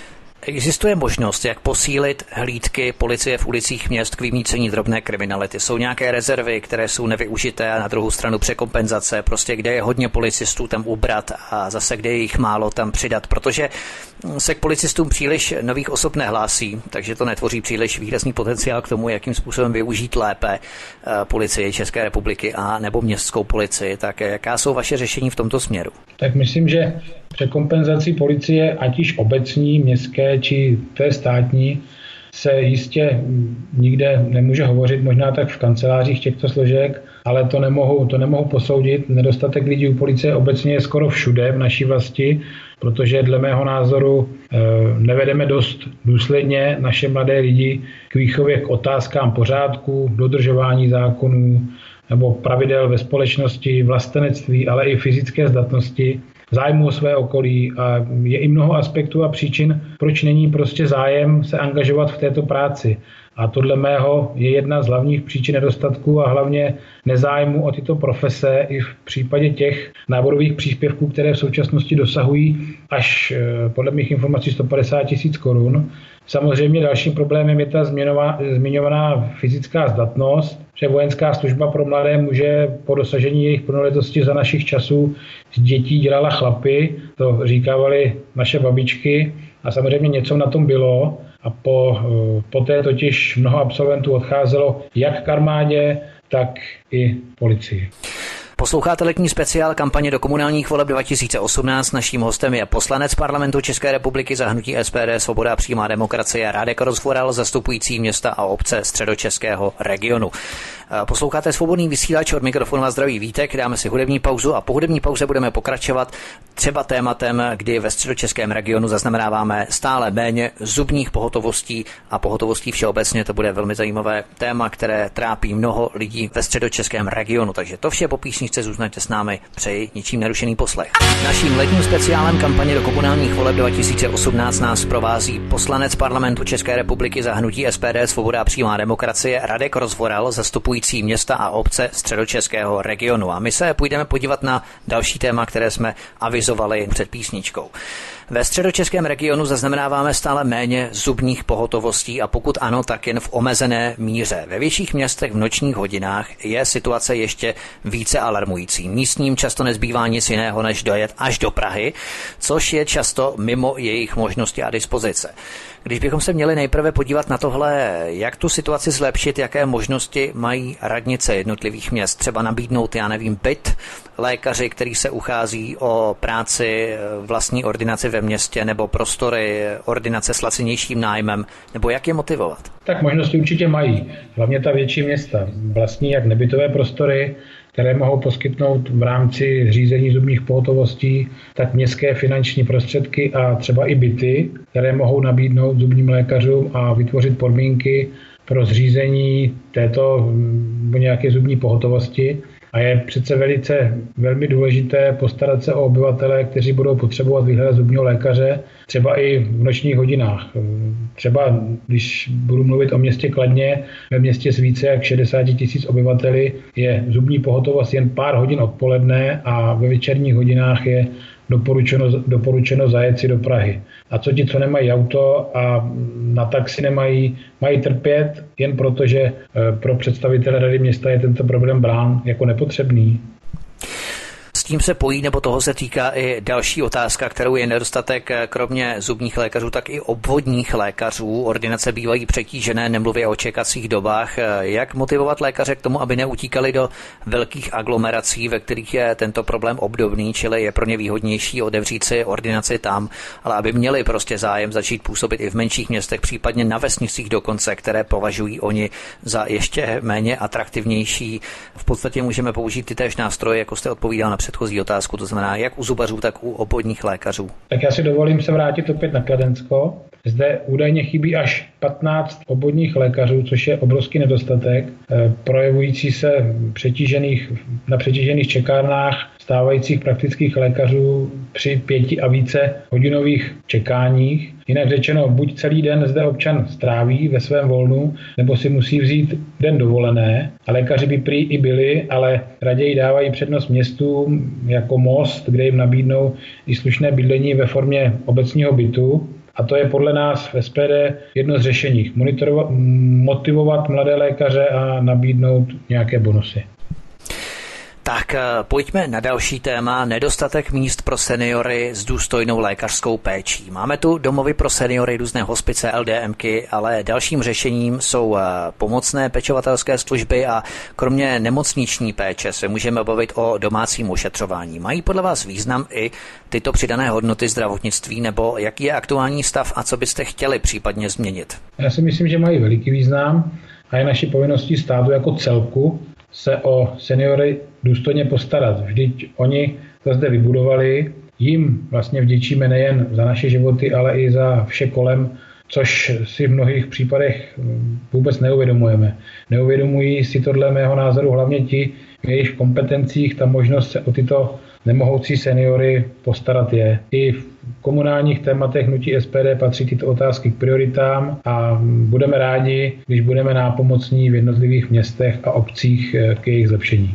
Existuje možnost, jak posílit hlídky policie v ulicích měst k vymýcení drobné kriminality? Jsou nějaké rezervy, které jsou nevyužité a na druhou stranu překompenzace, prostě kde je hodně policistů, tam ubrat a zase kde je jich málo, tam přidat, protože se k policistům příliš nových osob nehlásí, takže to netvoří příliš výrazný potenciál k tomu, jakým způsobem využít lépe policii České republiky a nebo městskou policii. Tak jaká jsou vaše řešení v tomto směru? Tak myslím, že překompenzací policie, ať již obecní, městské či té státní, se jistě nikde nemůže hovořit, možná tak v kancelářích těchto složek, ale to nemohu posoudit. Nedostatek lidí u policie obecně je skoro všude v naší vlasti, protože dle mého názoru nevedeme dost důsledně naše mladé lidi k výchově k otázkám pořádku, dodržování zákonů nebo pravidel ve společnosti, vlastenectví, ale i fyzické zdatnosti, zájmu o své okolí, a je i mnoho aspektů a příčin, proč není prostě zájem se angažovat v této práci. A to dle mého je jedna z hlavních příčin nedostatků a hlavně nezájmu o tyto profese i v případě těch náborových příspěvků, které v současnosti dosahují až podle mých informací 150 000 korun. Samozřejmě dalším problémem je ta zmiňovaná fyzická zdatnost, že vojenská služba pro mladé muže po dosažení jejich plnoletosti za našich časů z dětí dělala chlapy, to říkávaly naše babičky a samozřejmě něco na tom bylo. A poté totiž mnoho absolventů odcházelo jak k armádě, tak i policii. Posloucháte letní speciál kampaně do komunálních voleb 2018. Naším hostem je poslanec Parlamentu České republiky za hnutí SPD Svoboda a přímá demokracie Radek Rozvoral, zastupující města a obce středočeského regionu. Posloucháte Svobodný vysílač, od mikrofonu vás zdraví Vítek, dáme si hudební pauzu a po hudební pauze budeme pokračovat třeba tématem, kdy ve středočeském regionu zaznamenáváme stále méně zubních pohotovostí a pohotovostí všeobecně. To bude velmi zajímavé téma, které trápí mnoho lidí ve středočeském regionu. Takže to vše po písničce, zůstaňte s námi, přeji ničím nerušený poslech. Naším letním speciálem kampaně do komunálních voleb 2018 nás provází poslanec Parlamentu České republiky za hnutí SPD Svoboda a přímá demokracie Radek Rozvoral, zastupující města a obce středočeského regionu. A my se půjdeme podívat na další téma, které jsme avizovali před písničkou. Ve středočeském regionu zaznamenáváme stále méně zubních pohotovostí a pokud ano, tak jen v omezené míře. Ve větších městech v nočních hodinách je situace ještě více alarmující. Místním často nezbývá nic jiného, než dojet až do Prahy, což je často mimo jejich možnosti a dispozice. Když bychom se měli nejprve podívat na tohle, jak tu situaci zlepšit, jaké možnosti mají radnice jednotlivých měst, třeba nabídnout, byt lékaři, který se uchází o práci vlastní ordinaci ve městě, nebo prostory ordinace s lacinějším nájmem, nebo jak je motivovat? Tak možnosti určitě mají, hlavně ta větší města. Vlastní jak nebytové prostory, které mohou poskytnout v rámci řízení zubních pohotovostí, tak městské finanční prostředky a třeba i byty, které mohou nabídnout zubním lékařům a vytvořit podmínky pro zřízení této nějaké zubní pohotovosti. A je přece velmi důležité postarat se o obyvatele, kteří budou potřebovat vyhledat zubního lékaře, třeba i v nočních hodinách. Třeba když budu mluvit o městě Kladně, ve městě s více jak 60 000 obyvateli je zubní pohotovost jen pár hodin odpoledne a ve večerních hodinách je doporučeno zajet si do Prahy. A co ti, co nemají auto a na taxi mají trpět jen proto, že pro představitele rady města je tento problém brán jako nepotřebný. S tím se pojí, nebo toho se týká i další otázka, kterou je nedostatek kromě zubních lékařů, tak i obvodních lékařů. Ordinace bývají přetížené, nemluvě o čekacích dobách. Jak motivovat lékaře k tomu, aby neutíkali do velkých aglomerací, ve kterých je tento problém obdobný, čili je pro ně výhodnější otevřít si ordinaci tam, ale aby měli prostě zájem začít působit i v menších městech, případně na vesnicích dokonce, které považují oni za ještě méně atraktivnější. V podstatě můžeme použít ty též nástroje, jako jste odpovídal na předchozí otázku, to znamená jak u zubařů, tak u obvodních lékařů. Tak já si dovolím se vrátit opět na Kladensko. Zde údajně chybí až 15 obvodních lékařů, což je obrovský nedostatek, projevující se na přetížených čekárnách stávajících praktických lékařů při 5 a více hodinových čekáních. Jinak řečeno, buď celý den zde občan stráví ve svém volnu, nebo si musí vzít den dovolené. A lékaři by prý i byli, ale raději dávají přednost městům jako Most, kde jim nabídnou i slušné bydlení ve formě obecního bytu. A to je podle nás v SPD jedno z řešení. Motivovat mladé lékaře a nabídnout nějaké bonusy. Tak pojďme na další téma, nedostatek míst pro seniory s důstojnou lékařskou péčí. Máme tu domovy pro seniory, různé hospice, LDMky, ale dalším řešením jsou pomocné pečovatelské služby a kromě nemocniční péče se můžeme bavit o domácím ošetřování. Mají podle vás význam i tyto přidané hodnoty zdravotnictví, nebo jaký je aktuální stav a co byste chtěli případně změnit? Já si myslím, že mají veliký význam a je naší povinností státu jako celku se o seniory důstojně postarat. Vždyť oni to zde vybudovali, jim vlastně vděčíme nejen za naše životy, ale i za vše kolem, což si v mnohých případech vůbec neuvědomujeme. Neuvědomují si to dle mého názoru hlavně ti, v jejich kompetencích ta možnost se o tyto nemohoucí seniory postarat je. I v komunálních tématech hnutí SPD patří tyto otázky k prioritám a budeme rádi, když budeme nápomocní v jednotlivých městech a obcích k jejich zlepšení.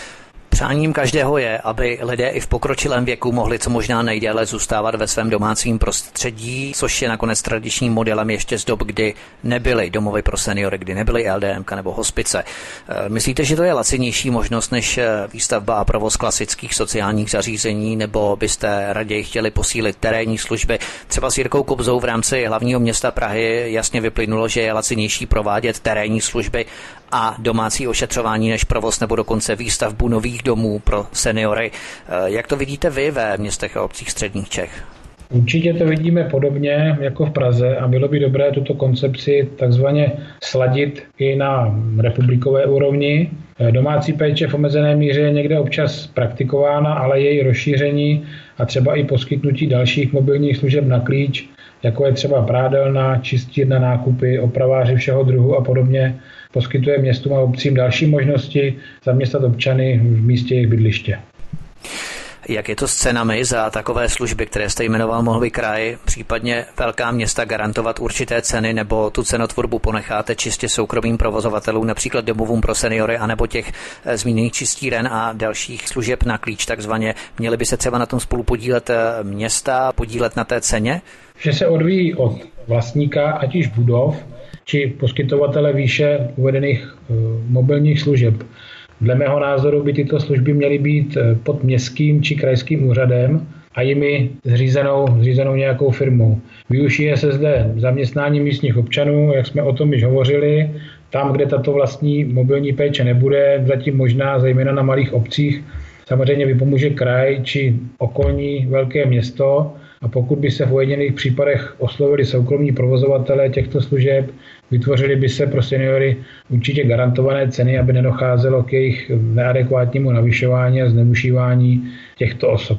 Přáním každého je, aby lidé i v pokročilém věku mohli co možná nejdéle zůstávat ve svém domácím prostředí, což je nakonec tradičním modelem ještě z dob, kdy nebyly domovy pro seniory, kdy nebyly LDMka nebo hospice. Myslíte, že to je lacinější možnost než výstavba a provoz klasických sociálních zařízení, nebo byste raději chtěli posílit terénní služby? Třeba s Jirkou Kobzou v rámci hlavního města Prahy jasně vyplynulo, že je lacinější provádět terénní služby a domácí ošetřování než provoz nebo dokonce výstavbu nových domů pro seniory. Jak to vidíte vy ve městech a obcích středních Čech? Určitě to vidíme podobně jako v Praze a bylo by dobré tuto koncepci takzvaně sladit i na republikové úrovni. Domácí péče v omezené míře je někde občas praktikována, ale její rozšíření a třeba i poskytnutí dalších mobilních služeb na klíč, jako je třeba prádelna, čistírna, nákupy, opraváři všeho druhu a podobně, poskytuje městům a obcím další možnosti zaměstnat občany v místě jejich bydliště. Jak je to s cenami za takové služby, které jste jmenoval, mohl by kraj, případně velká města garantovat určité ceny, nebo tu cenotvorbu ponecháte čistě soukromým provozovatelům, například domovům pro seniory, anebo těch zmíněných čistíren a dalších služeb na klíč takzvaně? Měly by se třeba na tom spolu podílet města, podílet na té ceně? Že se odvíjí od vlastníka, ať již budov, či poskytovatele výše uvedených mobilních služeb. Dle mého názoru by tyto služby měly být pod městským či krajským úřadem a jimi zřízenou nějakou firmou. Využije se zde zaměstnání místních občanů, jak jsme o tom již hovořili. Tam, kde tato vlastní mobilní péče nebude, zatím možná zejména na malých obcích, samozřejmě vypomůže kraj či okolní velké město. A pokud by se v uvedených případech oslovili soukromí provozovatelé těchto služeb, vytvořily by se pro seniory určitě garantované ceny, aby nedocházelo k jejich neadekvátnímu navyšování a zneužívání těchto osob.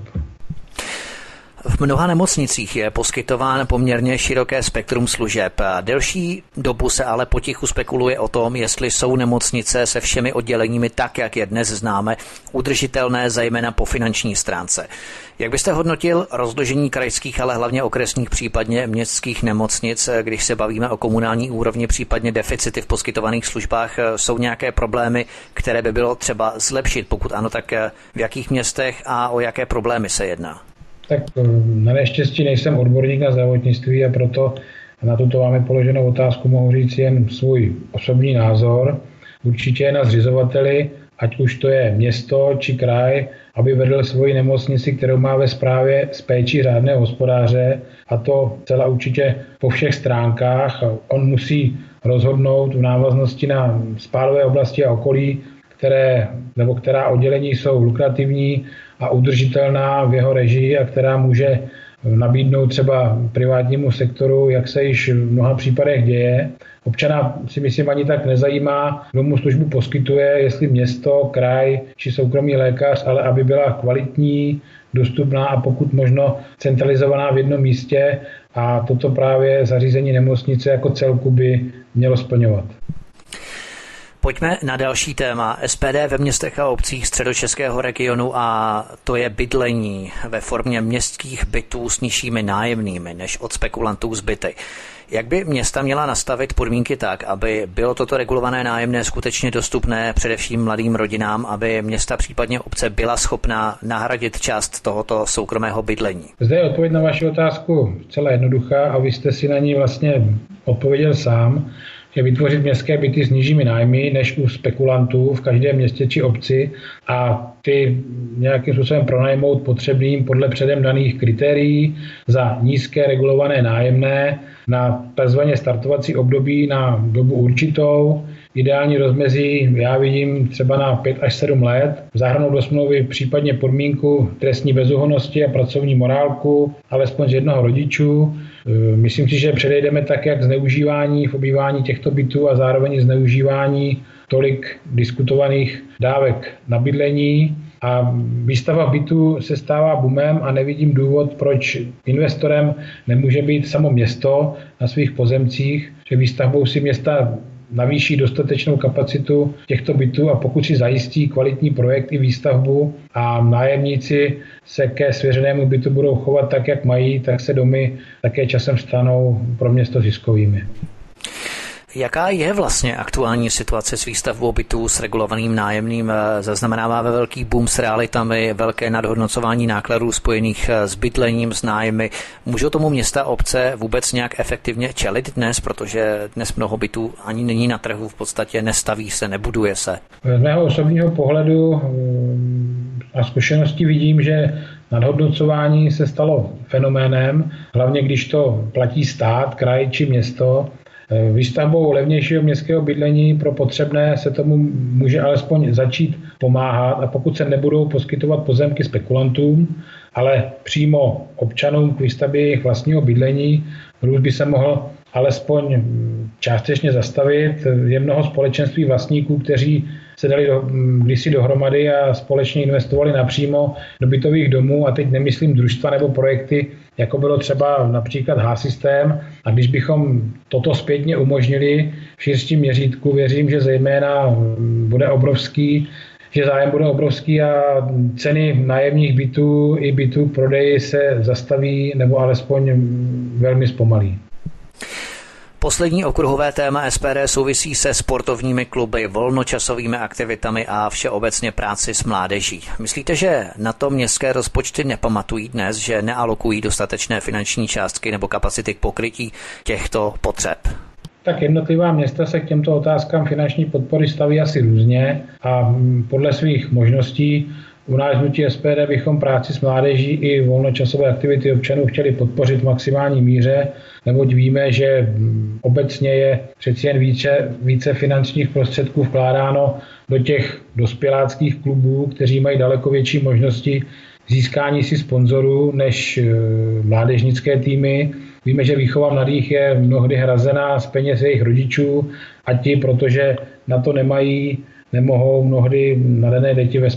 V mnoha nemocnicích je poskytován poměrně široké spektrum služeb. Delší dobu se ale potichu spekuluje o tom, jestli jsou nemocnice se všemi odděleními tak, jak je dnes známe, udržitelné zejména po finanční stránce. Jak byste hodnotil rozložení krajských, ale hlavně okresních, případně městských nemocnic, když se bavíme o komunální úrovni, případně deficity v poskytovaných službách? Jsou nějaké problémy, které by bylo třeba zlepšit? Pokud ano, tak v jakých městech a o jaké problémy se jedná? Tak na neštěstí nejsem odborník na zdravotnictví a proto na tuto vámi položenou otázku mohu říct jen svůj osobní názor. Určitě je na zřizovateli, ať už to je město či kraj, aby vedl svoji nemocnici, kterou má ve správě s péčí řádného hospodáře, a to celá určitě po všech stránkách. On musí rozhodnout v návaznosti na spádové oblasti a okolí, která oddělení jsou lukrativní a udržitelná v jeho režii a která může nabídnout třeba privátnímu sektoru, jak se již v mnoha případech děje. Občana si myslím ani tak nezajímá, kdo mu službu poskytuje, jestli město, kraj či soukromý lékař, ale aby byla kvalitní, dostupná a pokud možno centralizovaná v jednom místě, a toto právě zařízení nemocnice jako celku by mělo splňovat. Pojďme na další téma. SPD ve městech a obcích středočeského regionu, a to je bydlení ve formě městských bytů s nižšími nájemnými než od spekulantů z byty. Jak by města měla nastavit podmínky tak, aby bylo toto regulované nájemné skutečně dostupné především mladým rodinám, aby města případně obce byla schopná nahradit část tohoto soukromého bydlení? Zde je odpověď na vaši otázku celá jednoduchá a vy jste si na ní vlastně odpověděl sám, že vytvořit městské byty s nižšími nájmy než u spekulantů v každém městě či obci a ty nějakým způsobem pronajmout potřebným podle předem daných kritérií za nízké regulované nájemné na tzv. Startovací období na dobu určitou, ideální rozmezí, já vidím třeba na 5 až 7 let, zahrnout do smlouvy případně podmínku trestní bezúhonnosti a pracovní morálku, alespoň z jednoho rodičů. Myslím si, že předejdeme tak, jak zneužívání v obývání těchto bytů a zároveň zneužívání tolik diskutovaných dávek na bydlení. A výstava bytů se stává boomem a nevidím důvod, proč investorem nemůže být samo město na svých pozemcích, že výstavbou si města navýší dostatečnou kapacitu těchto bytů a pokud si zajistí kvalitní projekt i výstavbu a nájemníci se ke svěřenému bytu budou chovat tak, jak mají, tak se domy také časem stanou pro město ziskovými. Jaká je vlastně aktuální situace s výstavbou bytů s regulovaným nájemným? Zaznamenává velký boom s realitami, velké nadhodnocování nákladů spojených s bydlením, s nájmy. Můžou tomu města, obce vůbec nějak efektivně čelit dnes, protože dnes mnoho bytů ani není na trhu, v podstatě nestaví se, nebuduje se? Z mého osobního pohledu a zkušenosti vidím, že nadhodnocování se stalo fenoménem, hlavně když to platí stát, kraj či město. Výstavbou levnějšího městského bydlení pro potřebné se tomu může alespoň začít pomáhat a pokud se nebudou poskytovat pozemky spekulantům, ale přímo občanům k výstavbě jejich vlastního bydlení, růst by se mohl alespoň částečně zastavit. Je mnoho společenství vlastníků, kteří se dali kdysi dohromady a společně investovali napřímo do bytových domů a teď nemyslím družstva nebo projekty, jako bylo třeba například H-systém. A když bychom toto zpětně umožnili v širším měřítku, věřím, že zejména bude obrovský, že zájem bude obrovský a ceny nájemních bytů i bytů k prodeji se zastaví nebo alespoň velmi zpomalí. Poslední okruhové téma SPD souvisí se sportovními kluby, volnočasovými aktivitami a všeobecně práci s mládeží. Myslíte, že na to městské rozpočty nepamatují dnes, že nealokují dostatečné finanční částky nebo kapacity k pokrytí těchto potřeb? Tak jednotlivá města se k těmto otázkám finanční podpory staví asi různě a podle svých možností. U nás hnutí SPD bychom práci s mládeží i volnočasové aktivity občanů chtěli podpořit v maximální míře, neboť víme, že obecně je přeci jen více finančních prostředků vkládáno do těch dospěláckých klubů, kteří mají daleko větší možnosti získání si sponzorů než mládežnické týmy. Víme, že výchova mladých je mnohdy hrazená z peněz jejich rodičů a ti, protože na to nemohou mnohdy nadané děti ve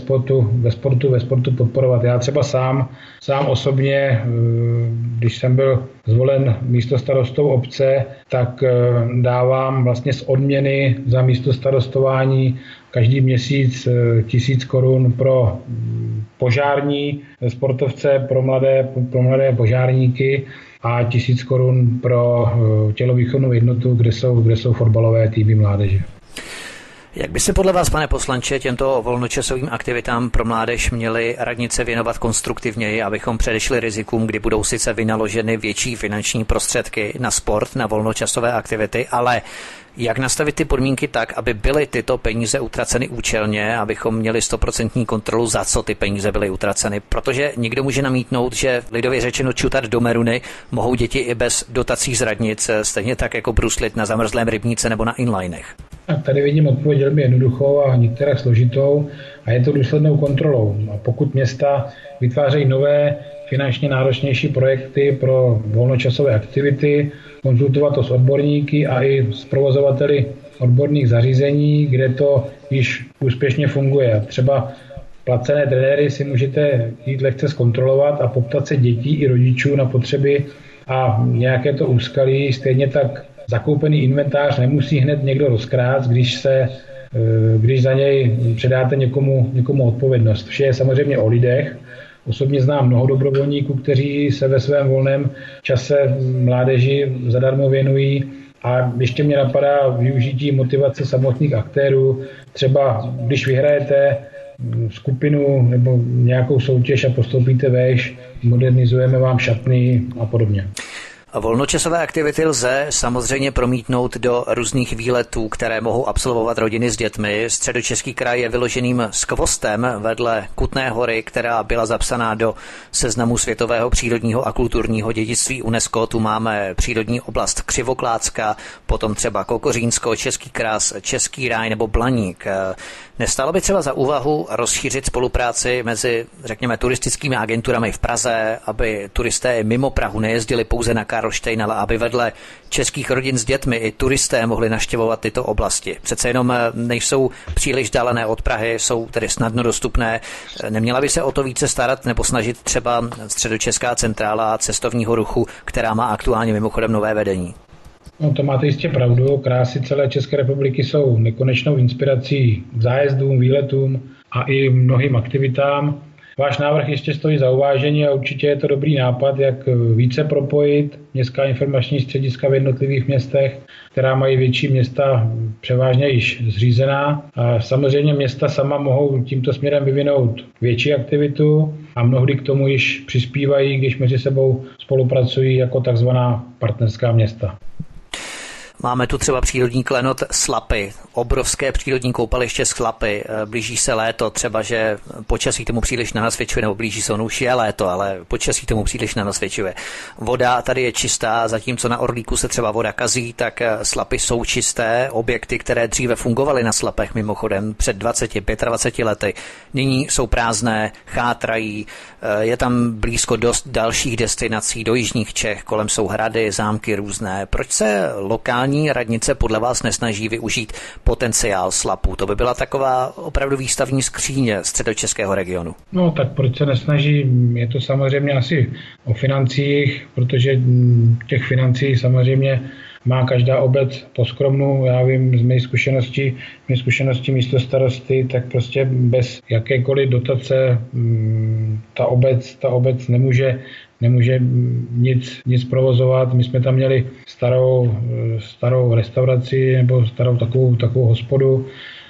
sportu podporovat. Já třeba sám osobně, když jsem byl zvolen místostarostou obce, tak dávám vlastně z odměny za místostarostování každý měsíc 1000 korun pro požární sportovce, pro mladé požárníky a 1000 korun pro tělovýchovnou jednotu, kde jsou fotbalové týmy mládeže. Jak by se podle vás, pane poslanče, těmto volnočasovým aktivitám pro mládež měly radnice věnovat konstruktivněji, abychom předešli rizikům, kdy budou sice vynaloženy větší finanční prostředky na sport, na volnočasové aktivity, ale jak nastavit ty podmínky tak, aby byly tyto peníze utraceny účelně, abychom měli 100% kontrolu, za co ty peníze byly utraceny, protože někdo může namítnout, že lidově řečeno čutat do meruny mohou děti i bez dotací z radnic, stejně tak jako bruslit na zamrzlém rybníce nebo na inlinech. A tady vidím odpověď velmi jednoduchou a některé složitou a je to důslednou kontrolou. A pokud města vytvářejí nové finančně náročnější projekty pro volnočasové aktivity, konzultovat to s odborníky a i s provozovateli odborných zařízení, kde to již úspěšně funguje. Třeba placené trenéry si můžete jít lehce zkontrolovat a poptat se dětí i rodičů na potřeby a nějaké to úskalí. Stejně tak zakoupený inventář nemusí hned někdo rozkrát, když za něj předáte někomu odpovědnost. Vše je samozřejmě o lidech, osobně znám mnoho dobrovolníků, kteří se ve svém volném čase mládeži zadarmo věnují. A ještě mě napadá využití motivace samotných aktérů. Třeba když vyhrajete skupinu nebo nějakou soutěž a postoupíte vejš, modernizujeme vám šatny a podobně. Volnočasové aktivity lze samozřejmě promítnout do různých výletů, které mohou absolvovat rodiny s dětmi. Středočeský kraj je vyloženým skvostem vedle Kutné Hory, která byla zapsaná do seznamu světového přírodního a kulturního dědictví UNESCO. Tu máme přírodní oblast Křivoklácka, potom třeba Kokořínsko, Český Kras, Český ráj nebo Blaník. Nestálo by třeba za úvahu rozšířit spolupráci mezi, řekněme, turistickými agenturami v Praze, aby turisté mimo Prahu nejezdili pouze na Karlštejn, ale aby vedle českých rodin s dětmi i turisté mohli navštěvovat tyto oblasti. Přece jenom nejsou příliš dálené od Prahy, jsou tedy snadno dostupné. Neměla by se o to více starat nebo snažit třeba Středočeská centrála cestovního ruchu, která má aktuálně mimochodem nové vedení? No, to máte jistě pravdu. Krásy celé České republiky jsou nekonečnou inspirací k zájezdům, výletům a i mnohým aktivitám. Váš návrh ještě stojí za uvážení a určitě je to dobrý nápad, jak více propojit městská informační střediska v jednotlivých městech, která mají větší města převážně již zřízená. A samozřejmě města sama mohou tímto směrem vyvinout větší aktivitu a mnohdy k tomu již přispívají, když mezi sebou spolupracují jako takzvaná partnerská města. Máme tu třeba přírodní klenot Slapy, obrovské přírodní koupaliště Slapy. Blíží se léto, třeba, že počasí tomu příliš nenasvědčuje, nebo blíží se, už je léto, ale počasí tomu příliš nenasvědčuje. Voda tady je čistá, zatímco na Orlíku se třeba voda kazí, tak Slapy jsou čisté. Objekty, které dříve fungovaly na Slapech mimochodem před 20-25 lety, nyní jsou prázdné, chátrají, je tam blízko dost dalších destinací do jižních Čech, kolem jsou hrady, zámky různé. Proč se lokální radnice podle vás nesnaží využít potenciál Slapů? To by byla taková opravdu výstavní skříně středočeského regionu. No tak proč se nesnaží? Je to samozřejmě asi o financích, protože těch financí samozřejmě má každá obec poskromnou. Já vím z mé zkušenosti místostarosty, tak prostě bez jakékoliv dotace ta obec nemůže nic provozovat. My jsme tam měli starou restauraci nebo starou takovou hospodu,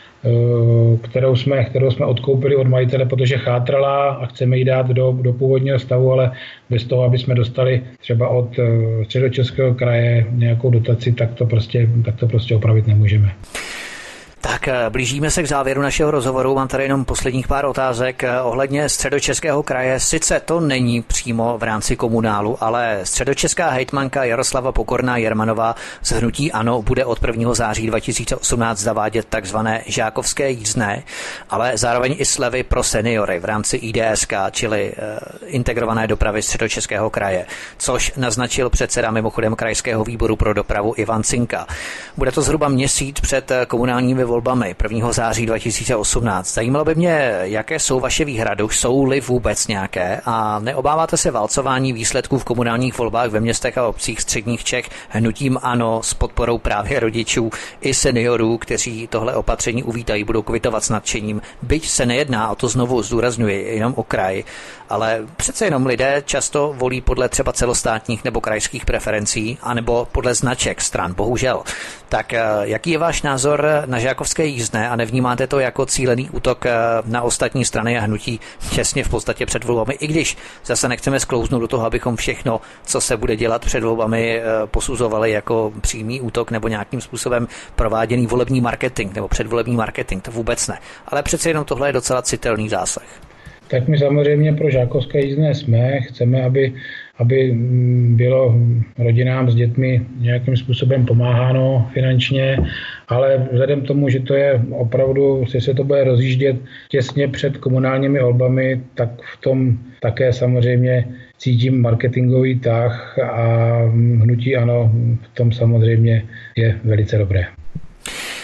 kterou jsme odkoupili od majitele, protože chátrala a chceme ji dát do původního stavu, ale bez toho, aby jsme dostali třeba od Středočeského kraje nějakou dotaci, tak to prostě opravit nemůžeme. Tak blížíme se k závěru našeho rozhovoru. Mám tady jenom posledních pár otázek ohledně Středočeského kraje. Sice to není přímo v rámci komunálu, ale středočeská hejtmanka Jaroslava Pokorná Jermanová z hnutí ANO bude od 1. září 2018 zavádět takzvané žákovské jízdné, ale zároveň i slevy pro seniory v rámci IDSK, čili integrované dopravy Středočeského kraje, což naznačil předseda mimochodem krajského výboru pro dopravu Ivan Cinka. Bude to zhruba měsíc před komunálními volbami 1. září 2018. Zajímalo by mě, jaké jsou vaše výhrady, jsou-li vůbec nějaké, a neobáváte se válcování výsledků v komunálních volbách ve městech a obcích středních Čech hnutím ANO s podporou právě rodičů i seniorů, kteří tohle opatření uvítají, budou kvitovat s nadšením. Byť se nejedná, o to znovu zdůrazňuji, jenom o kraj, ale přece jenom lidé často volí podle třeba celostátních nebo krajských preferencí, anebo podle značek stran, bohužel. Tak jaký je váš názor na žákovské jízdné a nevnímáte to jako cílený útok na ostatní strany a hnutí těsně v podstatě před volbami, i když zase nechceme sklouznout do toho, abychom všechno, co se bude dělat před volbami, posuzovali jako přímý útok nebo nějakým způsobem prováděný volební marketing nebo předvolební marketing, to vůbec ne. Ale přece jenom tohle je docela citelný zásah. Tak my samozřejmě pro žákovské jízdné jsme, chceme, aby bylo rodinám s dětmi nějakým způsobem pomáháno finančně, ale vzhledem k tomu, že to je opravdu, že se to bude rozjíždět těsně před komunálními volbami, tak v tom také samozřejmě cítím marketingový tah a hnutí ANO v tom samozřejmě je velice dobré.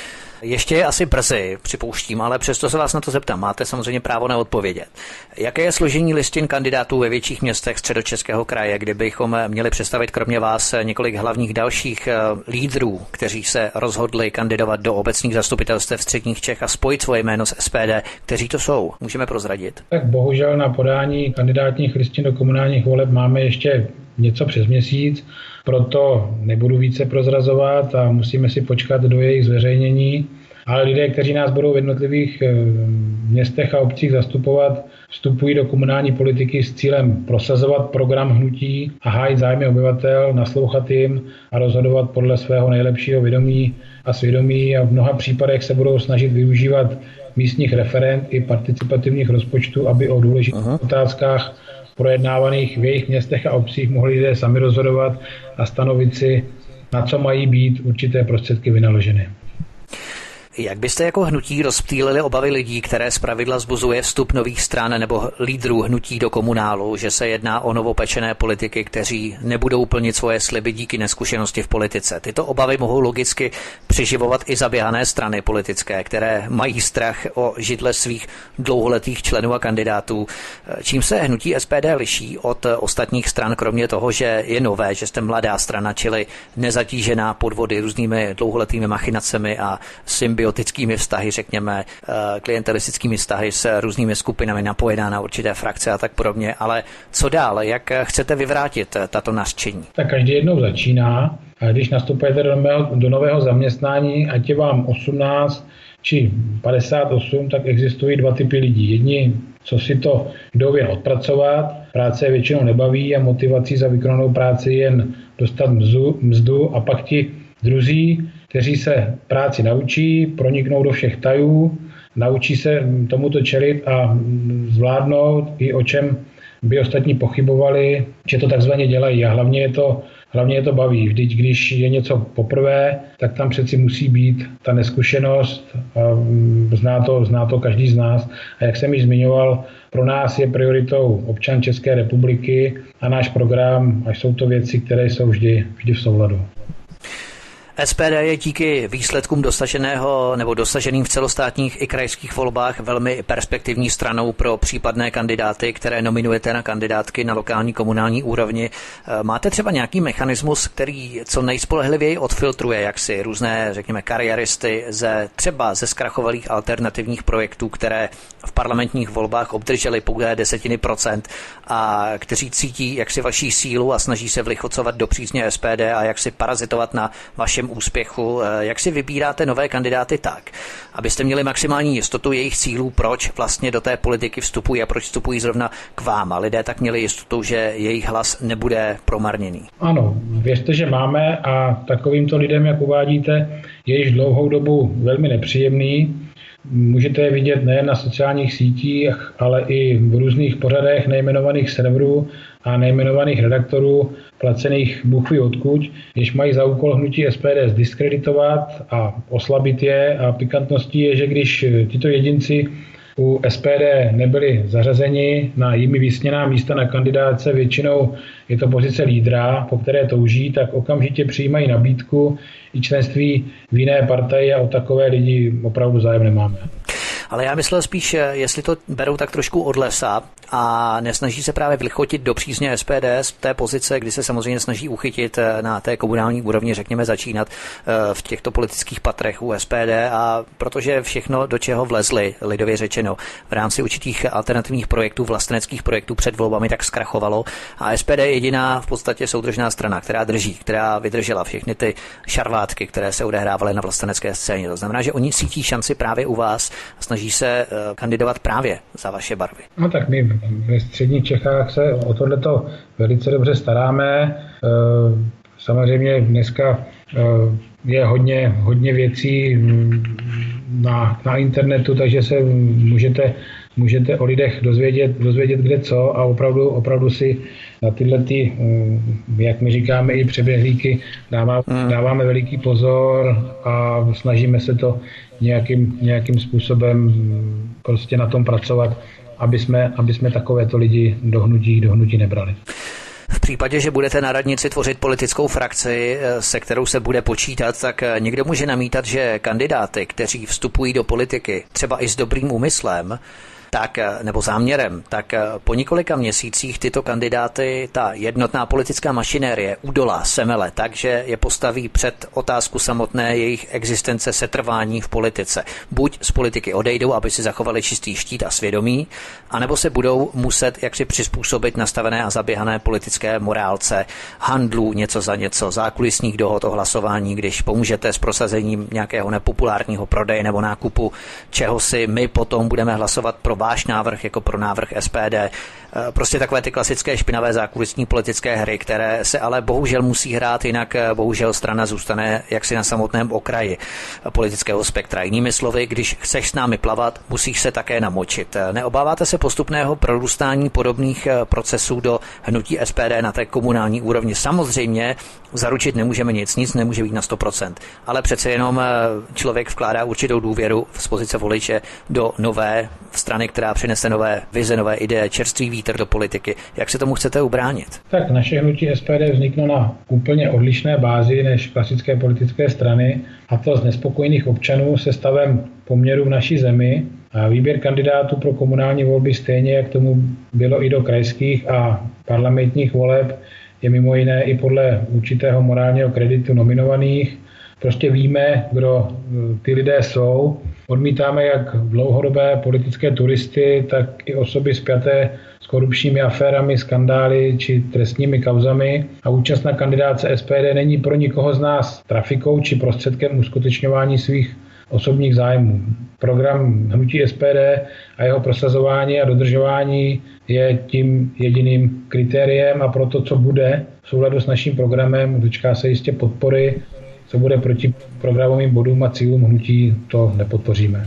Ještě je asi brzy, připouštím, ale přesto se vás na to zeptám. Máte samozřejmě právo na odpovědět. Jaké je složení listin kandidátů ve větších městech Středočeského kraje, kdybychom měli představit kromě vás několik hlavních dalších lídrů, kteří se rozhodli kandidovat do obecních zastupitelstev středních Čech a spojit svoje jméno s SPD, kteří to jsou? Můžeme prozradit? Tak bohužel na podání kandidátních listin do komunálních voleb máme ještě něco přes měsíc, proto nebudu více prozrazovat a musíme si počkat do jejich zveřejnění. Ale lidé, kteří nás budou v jednotlivých městech a obcích zastupovat, vstupují do komunální politiky s cílem prosazovat program hnutí a hájit zájmy obyvatel, naslouchat jim a rozhodovat podle svého nejlepšího vědomí a svědomí a v mnoha případech se budou snažit využívat místních referend i participativních rozpočtů, aby o důležitých otázkách projednávaných v jejich městech a obcích mohli lidé sami rozhodovat a stanovit si, na co mají být určité prostředky vynaloženy. Jak byste jako hnutí rozptýlili obavy lidí, které zpravidla vzbuzuje vstup nových stran nebo lídrů hnutí do komunálu, že se jedná o novopečené politiky, kteří nebudou plnit svoje sliby díky neskušenosti v politice? Tyto obavy mohou logicky přiživovat i zaběhané strany politické, které mají strach o židle svých dlouholetých členů a kandidátů. Čím se hnutí SPD liší od ostatních stran, kromě toho, že je nové, že jste mladá strana, čili nezatížená podvody různými dlouholetými machinacemi a symbiotickými vztahy, řekněme, klientelistickými vztahy s různými skupinami, napojená na určité frakce a tak podobně. Ale co dál? Jak chcete vyvrátit tato nařčení? Tak každý jednou začíná. A když nastupujete do nového zaměstnání, ať je vám 18 či 58, tak existují dva typy lidí. Jedni, co si to jdou jen odpracovat, práce je většinou nebaví a motivací za vykonanou práci jen dostat mzdu, a pak ti druzí, kteří se práci naučí, proniknou do všech tajů, naučí se tomuto čelit a zvládnout i o čem by ostatní pochybovali, že to takzvaně dělají. A hlavně je to baví. Vždyť když je něco poprvé, tak tam přeci musí být ta neskušenost. A zná to každý z nás. A jak jsem již zmiňoval, pro nás je prioritou občan České republiky a náš program, až jsou to věci, které jsou vždy v souladu. SPD je díky výsledkům dosaženým v celostátních i krajských volbách velmi perspektivní stranou pro případné kandidáty, které nominujete na kandidátky na lokální komunální úrovni. Máte třeba nějaký mechanismus, který co nejspolehlivěji odfiltruje jaksi různé, řekněme, kariéristy třeba ze zkrachovalých alternativních projektů, které v parlamentních volbách obdrželi pouhé 10% a kteří cítí jaksi vaší sílu a snaží se vlichocovat do přízně SPD a jaksi parazitovat na vašem úspěchu? Jak si vybíráte nové kandidáty tak, abyste měli maximální jistotu jejich cílů, proč vlastně do té politiky vstupují a proč vstupují zrovna k vám, a lidé tak měli jistotu, že jejich hlas nebude promarněný? Ano, věřte, že máme, a takovýmto lidem, jak uvádíte, je již dlouhou dobu velmi nepříjemný. Můžete je vidět nejen na sociálních sítích, ale i v různých pořadech nejmenovaných serverů a nejmenovaných redaktorů, placených bůh ví odkud, jež mají za úkol hnutí SPD zdiskreditovat a oslabit je. A pikantností je, že když tito jedinci u SPD nebyli zařazeni na jimi vysněná místa na kandidáce, většinou je to pozice lídra, po které touží, tak okamžitě přijímají nabídku i členství v jiné partaji a o takové lidi opravdu zájem nemáme. Ale já myslel spíš, jestli to berou tak trošku od lesa a nesnaží se právě vlichotit do přízně SPD z té pozice, kdy se samozřejmě snaží uchytit na té komunální úrovni, řekněme, začínat v těchto politických patrech u SPD, a protože všechno, do čeho vlezli, lidově řečeno, v rámci určitých alternativních projektů, vlasteneckých projektů před volbami, tak zkrachovalo, a SPD je jediná v podstatě soudržná strana, která vydržela všechny ty šarvátky, které se odehrávaly na vlastenecké scéně. To znamená, že oni cítí šanci právě u vás, snaží se kandidovat právě za vaše barvy. No tak my ve středních Čechách se o tohleto velice dobře staráme. Samozřejmě dneska je hodně věcí na internetu, takže se můžete o lidech dozvědět kde co, a opravdu si na tyhle, jak my říkáme, i přeběhlíky dáváme veliký pozor a snažíme se to nějakým způsobem prostě na tom pracovat, aby jsme takovéto lidi do hnutí nebrali. V případě, že budete na radnici tvořit politickou frakci, se kterou se bude počítat, tak někdo může namítat, že kandidáty, kteří vstupují do politiky, třeba i s dobrým úmyslem, tak, nebo záměrem, tak po několika měsících tyto kandidáty ta jednotná politická mašinérie udolá, semele, takže je postaví před otázku samotné jejich existence, setrvání v politice. Buď z politiky odejdou, aby si zachovali čistý štít a svědomí, anebo se budou muset jaksi přizpůsobit nastavené a zaběhané politické morálce, handlů něco za něco, zákulisních dohod o hlasování, když pomůžete s prosazením nějakého nepopulárního prodeje nebo nákupu, čeho si my potom budeme hlasovat pro váš návrh jako pro návrh SPD. Prostě takové ty klasické špinavé zákulisní politické hry, které se ale bohužel musí hrát, jinak bohužel strana zůstane jaksi na samotném okraji politického spektra. Jinými slovy, když chceš s námi plavat, musíš se také namočit. Neobáváte se postupného prorůstání podobných procesů do hnutí SPD na té komunální úrovni? Samozřejmě zaručit nemůžeme nic nemůže být na 100%, ale přece jenom člověk vkládá určitou důvěru z pozice voliče do nové strany, která přinese nové vize, nové ideje, čerstvý vítr do politiky. Jak se tomu chcete ubránit? Tak naše hnutí SPD vzniklo na úplně odlišné bázi než klasické politické strany, a to z nespokojených občanů se stavem poměrů v naší zemi. A výběr kandidátů pro komunální volby, stejně jak tomu bylo i do krajských a parlamentních voleb, je mimo jiné i podle určitého morálního kreditu nominovaných. Prostě víme, kdo ty lidé jsou. Odmítáme jak dlouhodobé politické turisty, tak i osoby spjaté s korupčními aférami, skandály či trestními kauzami. A účast na kandidáce SPD není pro nikoho z nás trafikou či prostředkem uskutečňování svých osobních zájmů. Program hnutí SPD a jeho prosazování a dodržování je tím jediným kritériem, a proto, co bude v souladu s naším programem, dočká se jistě podpory. Co bude proti programovým bodům a cílům hnutí, to nepodpoříme.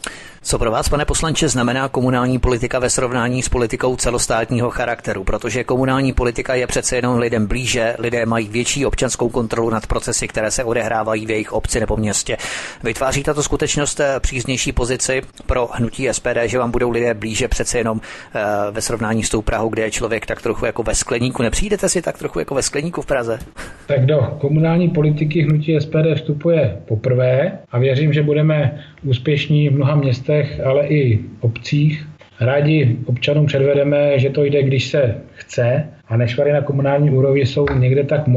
Co pro vás, pane poslanče, znamená komunální politika ve srovnání s politikou celostátního charakteru? Protože komunální politika je přece jenom lidem blíže, lidé mají větší občanskou kontrolu nad procesy, které se odehrávají v jejich obci nebo městě. Vytváří tato skutečnost příznější pozici pro hnutí SPD, že vám budou lidé blíže přece jenom ve srovnání s tou Prahou, kde je člověk tak trochu jako ve skleníku? Nepřijdete si tak trochu jako ve skleníku v Praze? Tak do komunální politiky hnutí SPD vstupuje poprvé a věřím, že budeme úspěšní v mnoha městech, ale i obcích. Rádi občanům předvedeme, že to jde, když se chce, a nešvary na komunální úrovni jsou někde tak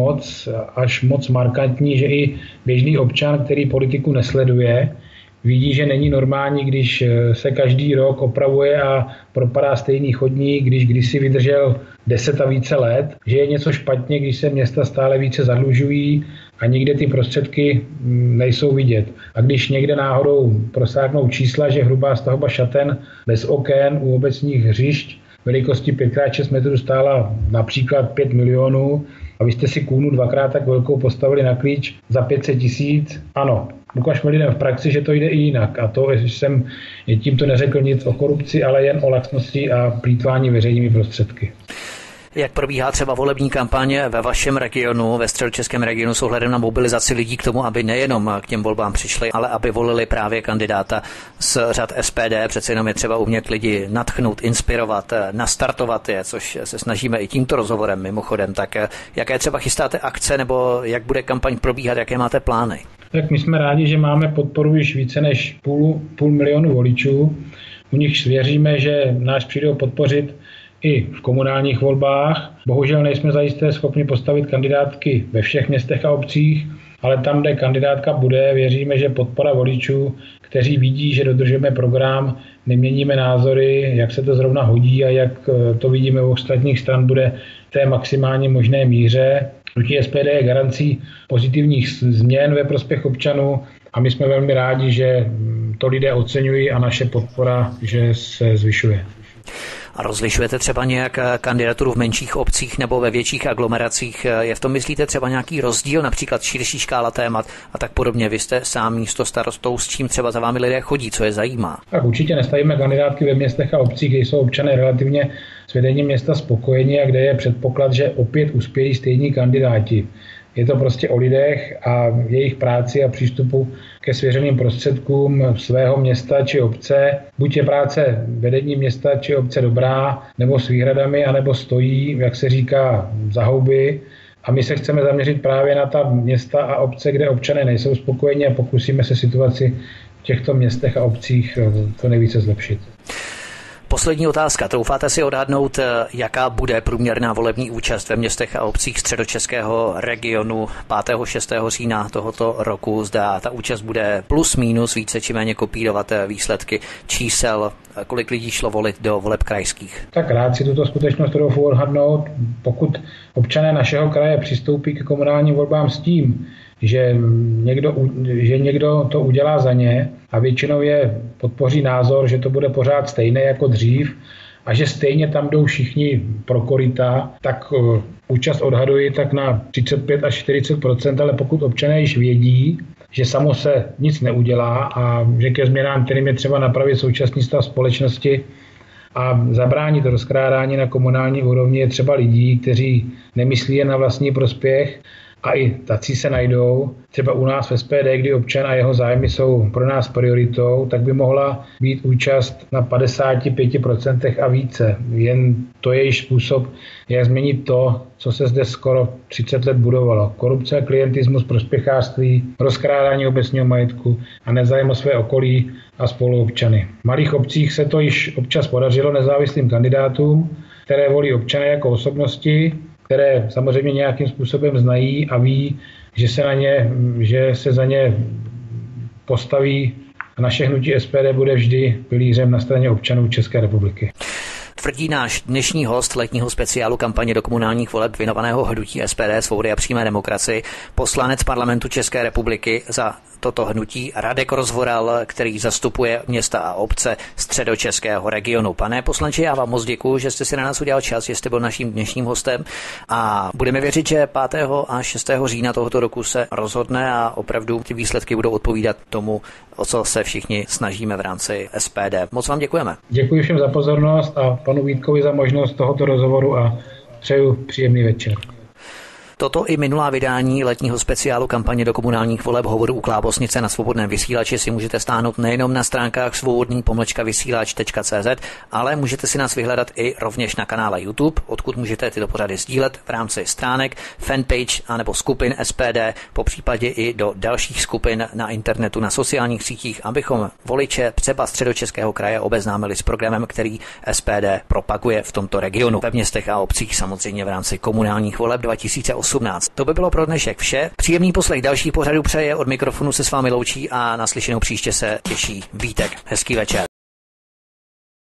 až moc markantní, že i běžný občan, který politiku nesleduje, vidí, že není normální, když se každý rok opravuje a propadá stejný chodník, když kdysi vydržel 10 a více let, že je něco špatně, když se města stále více zadlužují a nikde ty prostředky nejsou vidět. A když někde náhodou prosáknou čísla, že hrubá stavba šaten bez oken u obecních hřišť velikosti 5x6 metrů stála například 5 milionů a vy jste si kůnu dvakrát tak velkou postavili na klíč za 500 000, ano, ukažme lidem v praxi, že to jde i jinak. A to jsem tímto neřekl nic o korupci, ale jen o laxnosti a plýtvání veřejnými prostředky. Jak probíhá třeba volební kampaně ve vašem regionu, ve středočeském regionu, s ohledem na mobilizaci lidí k tomu, aby nejenom k těm volbám přišli, ale aby volili právě kandidáta z řad SPD? Přece jenom je třeba umět lidi nadchnout, inspirovat, nastartovat je, což se snažíme i tímto rozhovorem mimochodem. Tak jaké třeba chystáte akce, nebo jak bude kampaň probíhat, jaké máte plány? Tak my jsme rádi, že máme podporu již více než půl milionu voličů. U nich věříme, že nás přijdou podpořit i v komunálních volbách. Bohužel nejsme zajisté schopni postavit kandidátky ve všech městech a obcích, ale tam, kde kandidátka bude, věříme, že podpora voličů, kteří vidí, že dodržujeme program, neměníme názory, jak se to zrovna hodí a jak to vidíme u ostatních stran, bude v té maximální možné míře. Hnutí SPD je garancí pozitivních změn ve prospěch občanů a my jsme velmi rádi, že to lidé oceňují a naše podpora, že se zvyšuje. A rozlišujete třeba nějak kandidaturu v menších obcích nebo ve větších aglomeracích? Je v tom, myslíte, třeba nějaký rozdíl, například širší škála témat a tak podobně? Vy jste sám místostarostou, s čím třeba za vámi lidé chodí, co je zajímá? Tak určitě nestavíme kandidátky ve městech a obcích, kde jsou občané relativně s vedením města spokojeni a kde je předpoklad, že opět uspějí stejní kandidáti. Je to prostě o lidech a jejich práci a přístupu ke svěřeným prostředkům svého města či obce. Buď je práce vedení města či obce dobrá, nebo s výhradami, anebo stojí, jak se říká, za houby. A my se chceme zaměřit právě na ta města a obce, kde občané nejsou spokojeni a pokusíme se situaci v těchto městech a obcích to nejvíce zlepšit. Poslední otázka. Troufáte si odhadnout, jaká bude průměrná volební účast ve městech a obcích středočeského regionu 5. 6. října tohoto roku? Zda ta účast bude plus minus více či méně kopírovat výsledky čísel, kolik lidí šlo volit do voleb krajských? Tak rád si tuto skutečnost trochu odhadnout. Pokud občané našeho kraje přistoupí k komunálním volbám s tím, že někdo to udělá za ně a většinou je podpoří názor, že to bude pořád stejné jako dřív a že stejně tam jdou všichni pro koryta, tak účast odhaduji tak na 35 až 40%, ale pokud občané již vědí, že samo se nic neudělá a že ke změnám, kterým je třeba napravit současný stav společnosti a zabránit rozkrádání na komunální úrovni, je třeba lidí, kteří nemyslí jen na vlastní prospěch, a i tací se najdou. Třeba u nás v SPD, kdy občan a jeho zájmy jsou pro nás prioritou, tak by mohla být účast na 55% a více. Jen to je již způsob, jak změnit to, co se zde skoro 30 let budovalo. Korupce, klientismus, prospěchářství, rozkrádání obecního majetku a nezájem o své okolí a spoluobčany. V malých obcích se to již občas podařilo nezávislým kandidátům, které volí občané jako osobnosti, které samozřejmě nějakým způsobem znají a ví, že se za ně postaví a naše hnutí SPD bude vždy pilířem na straně občanů České republiky. Tvrdí náš dnešní host letního speciálu kampaně do komunálních voleb věnovaného hnutí SPD, Svobody a přímé demokracii, poslanec Parlamentu České republiky za toto hnutí Radek Rozvoral, který zastupuje města a obce středočeského regionu. Pane poslanče, já vám moc děkuji, že jste si na nás udělal čas, že jste byl naším dnešním hostem a budeme věřit, že 5. a 6. října tohoto roku se rozhodne a opravdu ty výsledky budou odpovídat tomu, o co se všichni snažíme v rámci SPD. Moc vám děkujeme. Děkuji všem za pozornost a panu Vítkovi za možnost tohoto rozhovoru a přeju příjemný večer. Toto i minulá vydání letního speciálu kampaně do komunálních voleb Hovoru u Klábosnice na Svobodném vysílači si můžete stáhnout nejenom na stránkách svobodný-vysílač.cz, ale můžete si nás vyhledat i rovněž na kanále YouTube, odkud můžete tyto pořady sdílet v rámci stránek, fanpage anebo skupin SPD, popřípadě i do dalších skupin na internetu, na sociálních sítích, abychom voliče třeba Středočeského kraje obeznámili s programem, který SPD propaguje v tomto regionu. Ve městech a obcích samozřejmě v rámci komunálních voleb 2018. To by bylo pro dnešek vše. Příjemný poslech dalších pořadů přeje, od mikrofonu se s vámi loučí a naslyšenou příště se těší Vítek. Hezký večer.